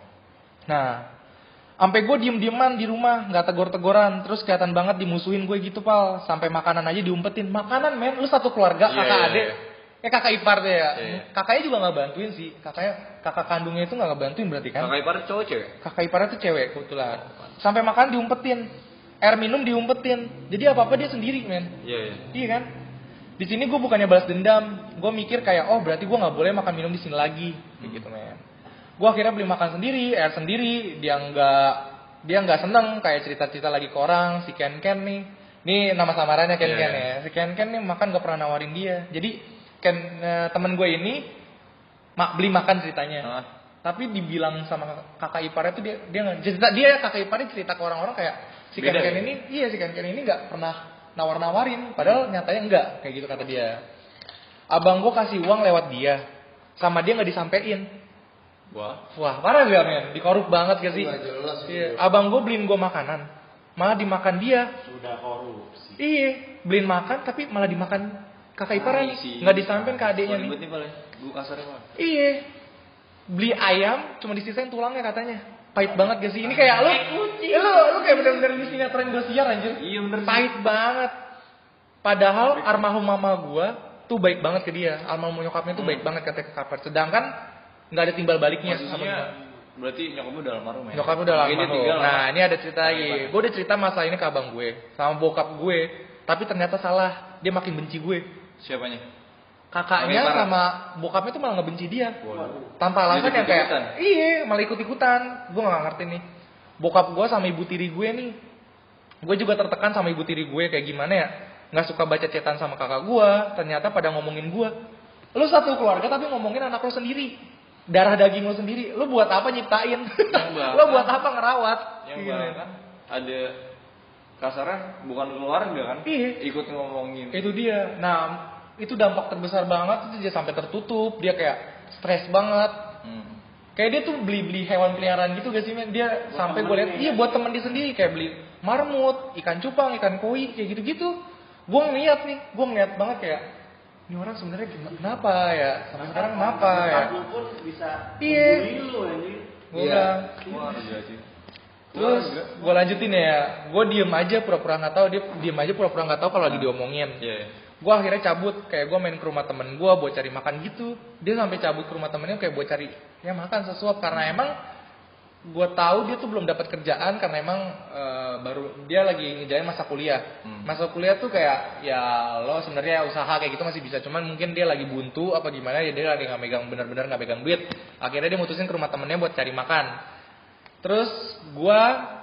Nah sampai gue diem-dieman di rumah, nggak tegor-tegoran, terus kelihatan banget dimusuhin gue gitu Pal, sampai makanan aja diumpetin. Makanan men, lu satu keluarga, kakak adik, kakak ipar deh ya. Kakaknya juga nggak bantuin sih, kakak kandungnya itu nggak ngebantuin berarti kan? Kakak ipar cowok cewek? Kakak iparnya tuh cewek kebetulan. Sampai makan diumpetin, air minum diumpetin, jadi apa dia sendiri men. Iya kan? Di sini gue bukannya balas dendam, gue mikir kayak oh berarti gue nggak boleh makan minum di sini lagi, kayak gitu men. Gue akhirnya beli makan sendiri, air sendiri, dia nggak seneng kayak cerita-cerita lagi ke orang, si Ken nih nama samarannya Ken ya, si Ken nih makan gak pernah nawarin dia, jadi temen gue ini beli makan ceritanya, tapi dibilang sama kakak iparnya tuh dia nggak cerita, dia kakak iparnya cerita ke orang-orang kayak si Ken ini nggak pernah nawar-nawarin, padahal nyatanya enggak kayak gitu kata dia. Abang gue kasih uang lewat dia, sama dia nggak disampein. Wah parah gak men, dikorup banget gak sih? Iya. Abang gue beliin gue makanan, malah dimakan dia. Sudah korupsi. Iya, beliin makan tapi malah dimakan kakak iparnya, nggak disampein ke adiknya nih. Gue kasarnya mah. Iya, beli ayam cuma disisain tulangnya katanya. Pahit banget gak sih? Ini kayak lu kayak bener-bener di sinetron Indosiar anjir. Iya bener. Pahit banget. Padahal almarhum mama gue tuh baik banget ke dia, almarhum nyokapnya tuh baik banget ke kakak. Sedangkan nggak ada timbal baliknya. Berarti nyokapnya udah almarhum ya? Nyokapnya udah almarhum. Nah ini ada cerita lagi. Gue udah cerita masalah ini ke abang gue sama bokap gue, tapi ternyata salah. Dia makin benci gue. Siapanya? Kakaknya sama bokapnya tuh malah ngebenci dia. Tanpa alasan yang kayak malah ikut-ikutan. Gue nggak ngerti nih. Bokap gue sama ibu tiri gue nih. Gue juga tertekan sama ibu tiri gue kayak gimana ya? Nggak suka baca cetan sama kakak gue. Ternyata pada ngomongin gue. Lu satu keluarga tapi ngomongin anak lu sendiri. Darah daging lo sendiri, lo buat apa nyiptain? Lo buat apa ngerawat? Yang bahkan ada kasarnya bukan keluarga kan? Ikut ngomongin. Itu dia. Nah, itu dampak terbesar banget. Itu dia sampai tertutup. Dia kayak stres banget. Kayak dia tuh beli hewan peliharaan gitu gak sih men? Dia sampai gue lihat, buat temen dia sendiri kayak beli marmut, ikan cupang, ikan koi, kayak gitu-gitu. Gue ngeliat banget kayak ini orang sebenarnya kenapa ya? Sampai sekarang kenapa ya? Lu pun bisa lu anjir. Terus gue lanjutin ya. Gue diem aja pura-pura nggak tahu, dia diem aja pura-pura nggak tahu kalau lagi diomongin. Gue akhirnya cabut, kayak gue main ke rumah temen gue buat cari makan gitu. Dia sampai cabut ke rumah temennya kayak buat cari ya makan sesuap karena emang gue tahu dia tuh belum dapat kerjaan karena emang baru dia lagi ngejalan masa kuliah. Masa kuliah tuh kayak ya lo sebenarnya usaha kayak gitu masih bisa, cuman mungkin dia lagi buntu apa gimana ya, dia lagi nggak megang benar-benar nggak megang duit. Akhirnya dia mutusin ke rumah temennya buat cari makan. Terus gue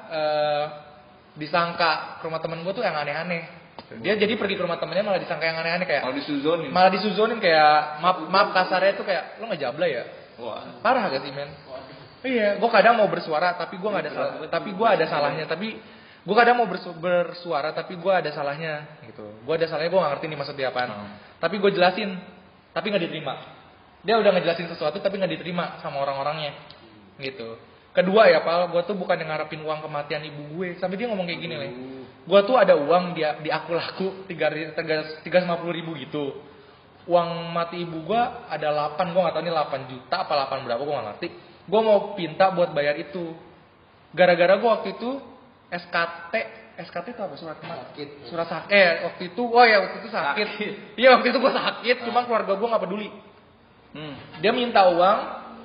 disangka ke rumah temen gue tuh yang aneh-aneh. Dia jadi pergi ke rumah temennya malah disangka yang aneh-aneh kayak malah disuzonin kayak maaf kasarnya tuh kayak lo nggak jabla ya. Wah. Parah gak sih men? Iya, gue kadang mau bersuara tapi gue nggak ada salah, tapi gue ada salahnya, tapi Gue kadang mau bersuara tapi gue ada salahnya gitu. Gue ada salahnya, gue gak ngerti nih maksud dia apaan. Tapi gue jelasin, tapi gak diterima. Dia udah ngejelasin sesuatu tapi gak diterima sama orang-orangnya gitu. Kedua ya Pal, gue tuh bukan ngarepin uang kematian ibu gue. Sampai dia ngomong kayak gini nih. Gue tuh ada uang di aku laku 350.000 gitu. Uang mati ibu gue ada 8, gue gak tahu ini 8 juta apa 8 berapa, gue gak ngerti. Gue mau pinta buat bayar itu. Gara-gara gue waktu itu SKT itu apa? Surat sakit. Surat sakit. Waktu itu sakit. Iya waktu itu gue sakit, cuman keluarga gue gak peduli. Dia minta uang,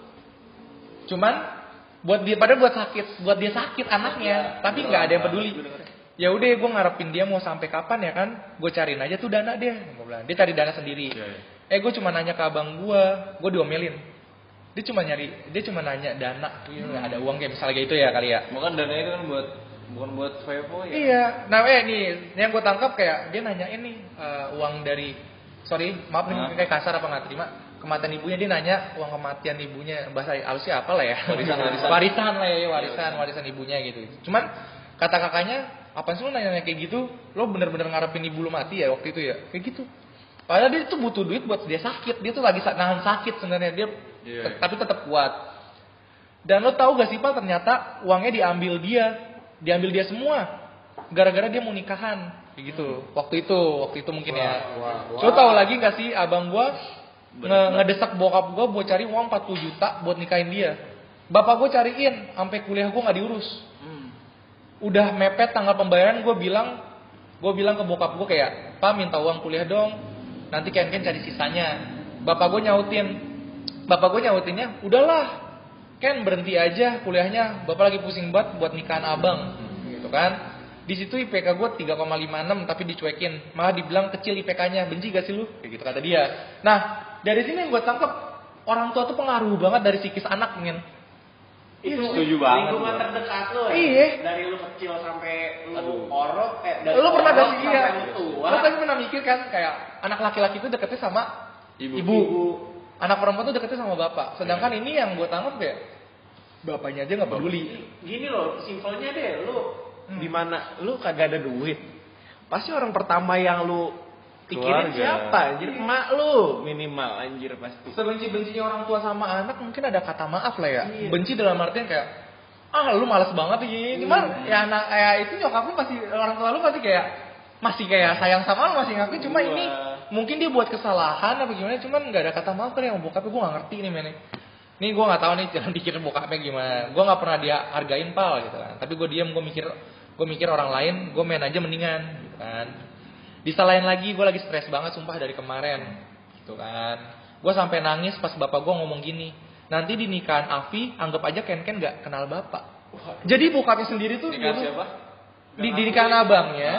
cuman buat dia sakit anaknya, tapi nggak ada yang peduli. Ya udah, gue ngarepin dia mau sampai kapan ya kan? Gue cariin aja tuh dana dia. Dia cari dana sendiri. Gue cuma nanya ke abang gue diomelin. Dia cuma nanya dana, nggak ada uang kayak misalnya gitu ya kali ya. Bukan dana itu kan bukan buat Vevo ya. Iya. Nah nih yang gue tangkap kayak dia nanyain nih uang dari, maaf nih kayak kasar apa nggak terima. Kematian ibunya, dia nanya uang kematian ibunya, bahasa halusnya apa lah ya, warisan ibunya gitu. Cuman kata kakaknya, apa sih lo nanya kayak gitu, lo bener-bener ngarepin ibu lo mati ya waktu itu ya, kayak gitu. Padahal dia tuh butuh duit buat dia sakit, dia tuh lagi nahan sakit sebenarnya dia, tapi tetap kuat. Dan lo tahu gak sih Pak, ternyata uangnya diambil dia semua, gara-gara dia mau nikahan, kayak gitu. Waktu itu mungkin Lo tahu lagi gak sih abang gua ngedesak bokap gue buat cari uang 40 juta buat nikahin dia. Bapak gue cariin sampai kuliah gue nggak diurus. Udah mepet tanggal pembayaran, gue bilang ke bokap gue kayak, Pak minta uang kuliah dong, nanti Ken cari sisanya. Bapak gue nyautinnya, udahlah Ken berhenti aja kuliahnya, bapak lagi pusing banget buat nikahan abang, gitu kan. Di situ IPK gue 3,56 tapi dicuekin, malah dibilang kecil IPK-nya, benci gak sih lu? Kayak gitu kata dia. Nah, dari sini yang gue tangkap, orang tua tuh pengaruh banget dari psikis anak, men. Itu setuju banget. Lingkungan terdekat lu ya. Iya. Dari lu kecil sampai lu orok, dari lu pernah gak sih sampai lu tua. Lu kan pernah mikir kan kayak anak laki-laki itu deketnya sama ibu. Anak perempuan tuh deketnya sama bapak. Sedangkan ini yang gue tangkap kayak bapaknya aja nggak peduli. Gini loh, simpelnya deh, lu di mana lu kagak ada duit, pasti orang pertama yang lu pikirin siapa? Anjir, emak lu minimal anjir pasti. Sebenci-bencinya orang tua sama anak mungkin ada kata maaf lah ya. Benci dalam artian kayak lu malas banget ini. Cuman ya anak itu nyokap lu pasti, orang tua lu pasti kayak masih kayak sayang sama lu, masih ngakuin. Cuma ini mungkin dia buat kesalahan apa gimana, cuman nggak ada kata maaf kan yang bokapnya. Gue nggak ngerti nih men. Nih gue nggak tahu nih jangan pikir bokapnya gimana. Gue nggak pernah dia hargain Pal gitu kan. Tapi gue diam, gue mikir orang lain, gue main aja mendingan gitu kan. Disalahin lagi, gue lagi stres banget sumpah dari kemarin gitu kan. Gue sampai nangis pas bapak gue ngomong gini, nanti di nikahan Afi anggap aja Ken gak kenal bapak. Jadi bokapnya sendiri tuh nikahan siapa? Di nikahan abangnya.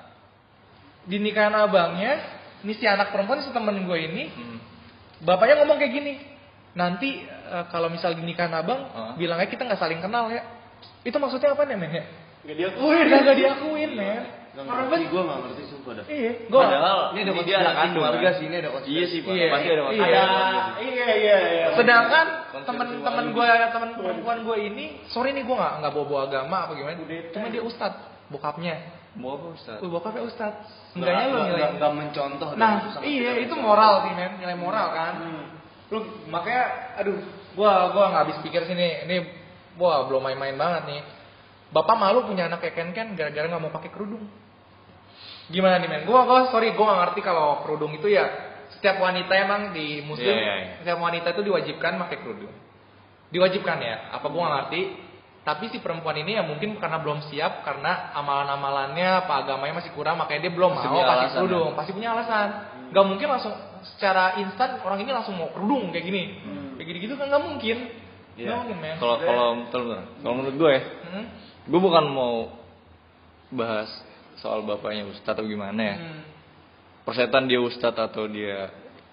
Di nikahan abangnya, ini si anak perempuan, si temen gue ini, bapaknya ngomong kayak gini, nanti kalau misal di nikahan abang, bilang aja kita gak saling kenal ya. Itu maksudnya apa nih men ya? Gak diakuin men. Gue gak ngerti sumpah dah. Iya. Padahal ini ada dia anak kandung keluarga kan? sih, ini ada konspirasi. Iya sih Pak. Iya. Pasti ada Iya. Sedangkan teman perempuan gue ini, sorry nih gue nggak bawa agama apa gimana, cuma dia ustadz, bokapnya. Bokapnya ustadz. Enggaknya lo nilai. Nggak mencontoh. Nah iya itu moral sih men, nilai moral kan. Lu makanya, aduh, gue nggak habis pikir sini. Ini belum main-main banget nih. Bapak malu punya anak kayak Ken gara-gara nggak mau pakai kerudung. Gimana nih men? Gue nggak ngerti kalau kerudung itu ya setiap wanita emang di muslim, setiap wanita itu diwajibkan pakai kerudung. Diwajibkan ya? Apa gue nggak ngerti? Tapi si perempuan ini ya mungkin karena belum siap, karena amalan-amalannya, apa agamanya masih kurang, makanya dia belum mau pakai kerudung. Pasti punya alasan. Gak mungkin langsung secara instan orang ini langsung mau kerudung kayak gini, kayak gini-gitu kan nggak mungkin. Nggak mungkin men. Kalau menurut gue ya, gue bukan mau bahas soal bapaknya ustadz atau gimana ya. Persetan dia ustadz atau dia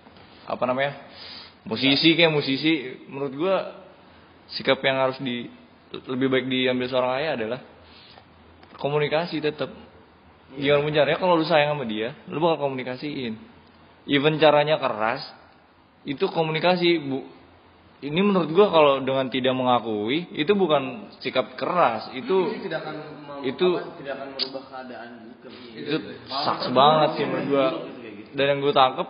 musisi, menurut gue sikap yang harus lebih baik diambil seorang ayah adalah komunikasi tetap. Gimana pun caranya, kalau lu sayang sama dia, lu bakal komunikasiin. Even caranya keras, itu komunikasi ini menurut gue kalau dengan tidak mengakui itu bukan sikap keras, itu tidak akan tidak akan merubah keadaan juga. itu saks banget sih menurut gue. Dan yang gue tangkep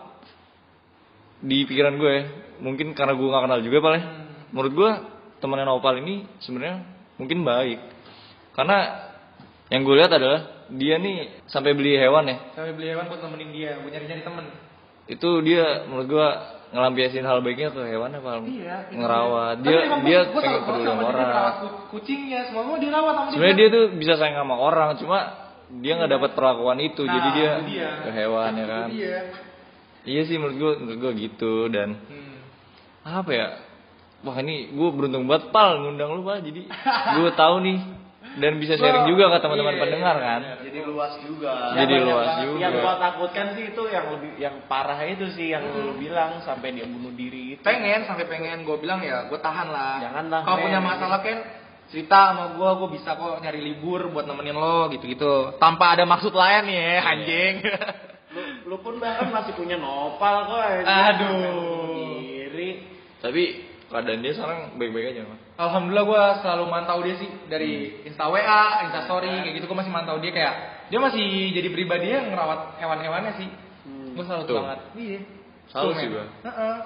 di pikiran gue, mungkin karena gue nggak kenal juga paling, menurut gue temannya Nopal ini sebenarnya mungkin baik, karena yang gue lihat adalah dia nih sampai beli hewan ya. Sampai beli hewan buat nemenin dia, buat nyari temen. Itu dia menurut gue ngelampiasin hal baiknya ke hewannya Pal. Iya. Ngerawat. Dia pengen peduli sama orang. Merawat kucingnya, semua dirawat sama dia. Sebenarnya dia tuh bisa sayang sama orang, cuma dia nggak dapat perlakuan itu, jadi dia ke hewan ya kan. Iya sih menurut gue gitu. Dan apa ya? Wah ini gue beruntung banget Pal ngundang lu Pal, jadi gue tahu nih dan bisa sharing juga ke teman-teman pendengar kan. Jadi luas juga. Jadi luas juga. Yang gua takutkan sih itu yang parah itu sih yang lu bilang sampai dia bunuh diri itu. Pengen gue bilang ya gue tahan lah. Janganlah. Kalau punya masalah kan cerita sama gue bisa kok nyari libur buat nemenin lo gitu-gitu. Tanpa ada maksud lain ya anjing. Lu pun bahkan masih punya Nopal kok. Aduh. Diri. Tapi keadaan dia sekarang baik-baik aja Mas. Alhamdulillah gue selalu mantau dia sih dari Insta WA, Insta Story kayak gitu. Gue masih mantau dia, kayak dia masih jadi pribadi yang ngerawat hewan-hewannya sih. Gue salut Tuh. banget. Iya. Salut sih gue.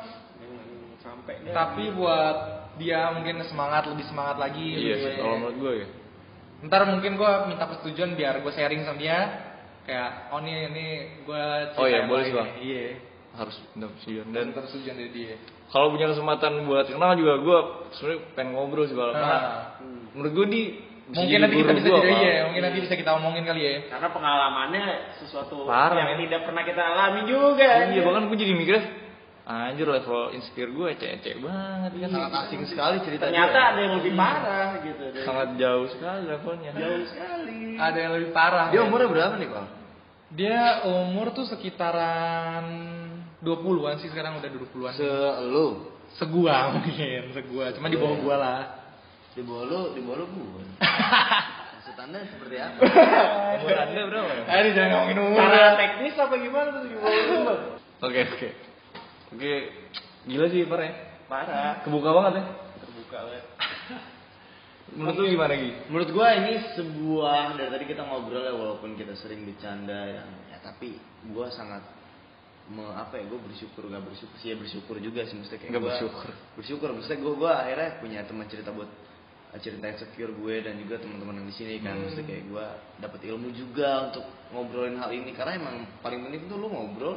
Sampai dia. Tapi buat dia mungkin lebih semangat lagi. Iya sih kalau menurut gue ya. Ntar mungkin gue minta persetujuan biar gue sharing sama dia. Kayak oh ini gue cerita. Oh iya yang boleh lain Bang. nih. Iya. Harus minta persetujuan. Dan Dan persetujuan dari dia. kalau punya kesempatan buat kenal juga gue sebenarnya pengen ngobrol sih Bang. Karena menurut gue di Mungkin nanti kita bisa jadi ya, mungkin nanti bisa kita omongin kali ya. Karena pengalamannya sesuatu Parah, yang men. tidak pernah kita alami juga. Iya bahkan gue jadi mikir anjir level insecure gue cek banget kan. Sangat asing sekali cerita Ternyata dia. ada yang lebih parah gitu. Sangat jauh sekali levelnya. Jauh sekali. Ada yang lebih parah. Dia umurnya berapa nih Pak? Dia umur tuh sekitaran 20-an sih, sekarang udah 20-an. Selu. Segua mungkin, segua. Cuma di bawah gua lah. Di bawah lu gue. Maksud Anda seperti apa? Umur anda berapa? Aduh jangan ngomongin umur. Cara teknis apa gimana tuh di bawah lu? Oke, gila sih Par ya. Parah. Kebuka banget ya. Terbuka banget. Menurut lu gimana Gi? Menurut gua ini sebuah, dari tadi kita ngobrol ya walaupun kita sering bercanda ya tapi gua sangat gue bersyukur gak bersyukur sih, ya bersyukur juga sih maksudnya kayak Gak gua, bersyukur maksudnya gua akhirnya punya teman cerita buat cerita insecure gue dan juga teman-teman yang di sini kan. Maksudnya kayak gua dapat ilmu juga untuk ngobrolin hal ini, karena emang paling penting tuh lu ngobrol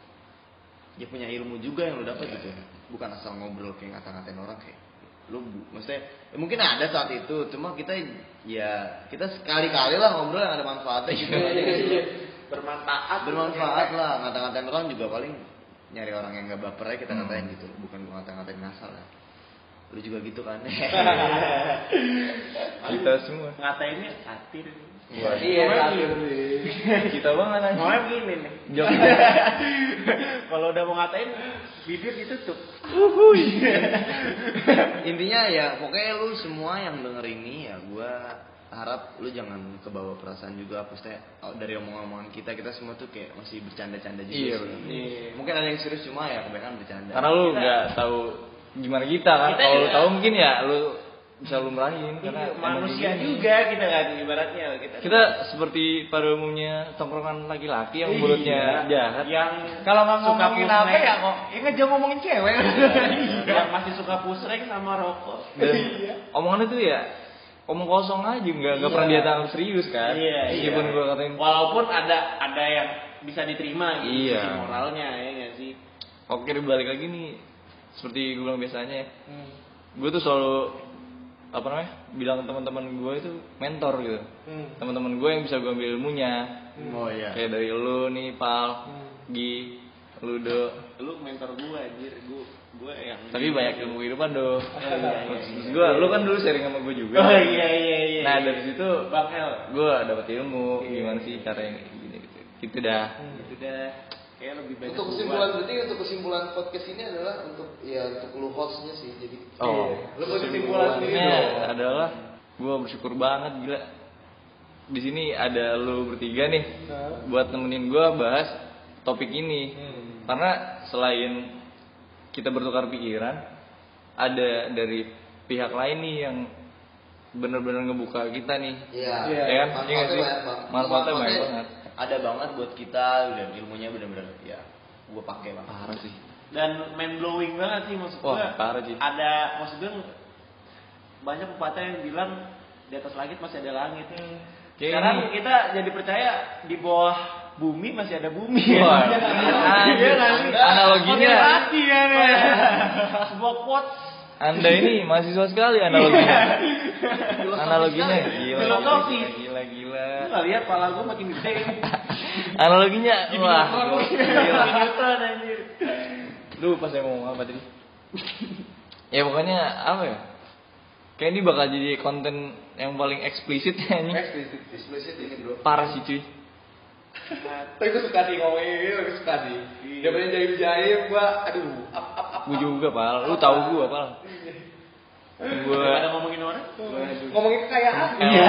ya punya ilmu juga yang lu dapat gitu, bukan asal ngobrol kayak ngata-ngatain orang kayak lu maksudnya ya mungkin ada saat itu, cuma kita sekali-kali lah ngobrol yang ada manfaatnya gitu. bermanfaat lah, ngata-ngatain orang juga paling nyari orang yang gak baper aja kita ngatain gitu, bukan ngata-ngatain ngasal ya. Lu juga gitu kan. Kita semua. Ngatainnya satir. Iya, Kita banget aja. Ngomongnya begini nih. Jok. Kalau udah mau ngatain, bibir ditutup. Intinya ya pokoknya lu semua yang denger ini ya gua harap lu jangan kebawa perasaan juga, maksudnya dari omongan-omongan kita semua tuh kayak masih bercanda-canda juga. Iya, sih. bener. Mungkin ada yang serius cuma ya kebanyakan bercanda. Karena lu nggak tahu gimana kita kan. Kita Kalau lu juga- tahu mungkin ya lu bisa lumrahin karena Iya, emang manusia begini. juga kita kan ibaratnya Kita seperti pada umumnya tongkrongan laki-laki yang mulutnya jahat. yang Kalau nggak suka ngomongin apa pusreng. ya kok? Ya ngejauh ngomongin cewek. yang masih suka pusreng sama rokok. Dan omongannya tuh ya omong kosong aja, nggak pernah dia tanggap serius kan. Iya, Meskipun iya. gua katain Walaupun ada yang bisa diterima gitu Iya. sisi moralnya ya nggak sih. oke balik lagi nih, seperti gue bilang biasanya, gue tuh selalu bilang teman-teman gue itu mentor gitu, teman-teman gue yang bisa gue ambil ilmunya, Oh iya. kayak dari lu nih Pal, Gi, Ludo, Lu mentor gua anjir, gua yang tapi banyak ilmu kehidupan doh. iya. Maksud gue, lu kan dulu sharing sama gue juga. Oh iya. Nah dari situ Bang El. gue dapet ilmu gimana sih cara yang gini gitu dah. Itu dah kayak lebih banyak. Untuk kesimpulan podcast ini adalah untuk lu hostnya sih, jadi Oh, lu buat kesimpulan sendiri kesimpulannya dong. adalah gue bersyukur banget gila. Di sini ada lu bertiga nih buat nemenin gue bahas topik ini. Karena selain kita bertukar pikiran, ada dari pihak lain nih yang benar-benar ngebuka kita nih. Iya. Ya kan? Iya nggak sih? Manfaatnya banyak Manfaatnya banget. ada banget buat kita dan ilmunya benar-benar ya gue pakai banget. Parah sih. Dan mind blowing banget sih maksud Wah, gua. parah sih. Ada maksud gua banyak pepatah yang bilang di atas langit masih ada langit. Kayak Sekarang ini- kita jadi percaya di bawah bumi masih ada bumi. Wah, Iya anjir. nggak sih? Analoginya. Motivasi kan ya. Sebuah quotes. Anda ini mahasiswa sekali analoginya. Analoginya gila. Filosofi. Gila. Lu nggak lihat pala gua makin gede. Analoginya wah. Gila. Newton anjir. Lu pas saya mau ngomong apa tadi? Ya pokoknya apa ya? Kayak ini bakal jadi konten yang paling eksplisit ya ini. Explicit ini bro. Parah sih cuy. Tapi gue suka sih ngomongin ini, gue suka sih. Dia punya jaim-jaim, gue aduh, Gue juga pal. Lu tahu gue pal. Gue Ada ngomongin orang? ngomongin kekayaan. Iya.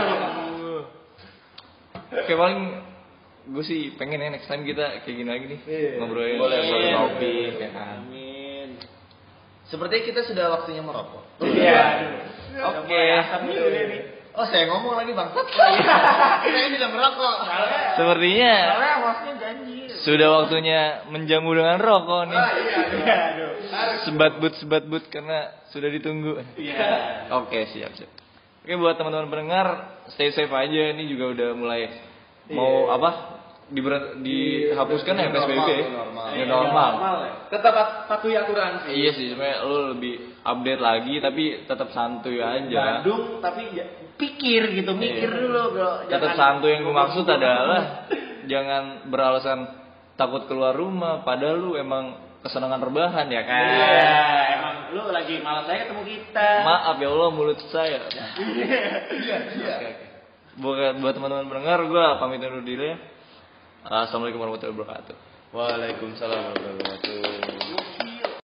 Kayak paling gue sih pengen ya next time kita kayak gini lagi nih. Ngobrolin Boleh, suatu boleh. topik ya kan. Amin. Sepertinya kita sudah waktunya merokok. Iya. Oke. Asap dulu deh nih. Oh saya ngomong lagi bangsat. Saya tidak merokok. Sepertinya Soalnya hostnya janji. sudah waktunya menjamu dengan rokok nih. Iya, aduh. Sebat but karena sudah ditunggu. Iya. Oke, siap. Oke, buat teman-teman pendengar, stay safe aja. Ini juga udah mulai mau apa? Dihapuskan ya PSBB. Ya normal. ya. Tetap patuhi aturan sih. Iya sih, sebenarnya lu lebih update lagi tapi tetap santuy aja. Bandung tapi ya, pikir gitu, mikir dulu bro. Tetap santuy yang gue maksud adalah jangan beralasan takut keluar rumah padahal lu emang kesenangan rebahan ya kan. Iya, emang lu lagi malas aja ketemu kita. Maaf ya Allah mulut saya. Iya. Buat teman-teman pendengar, gue pamit undur diri ya. Assalamualaikum warahmatullahi wabarakatuh. Waalaikumsalam warahmatullahi wabarakatuh.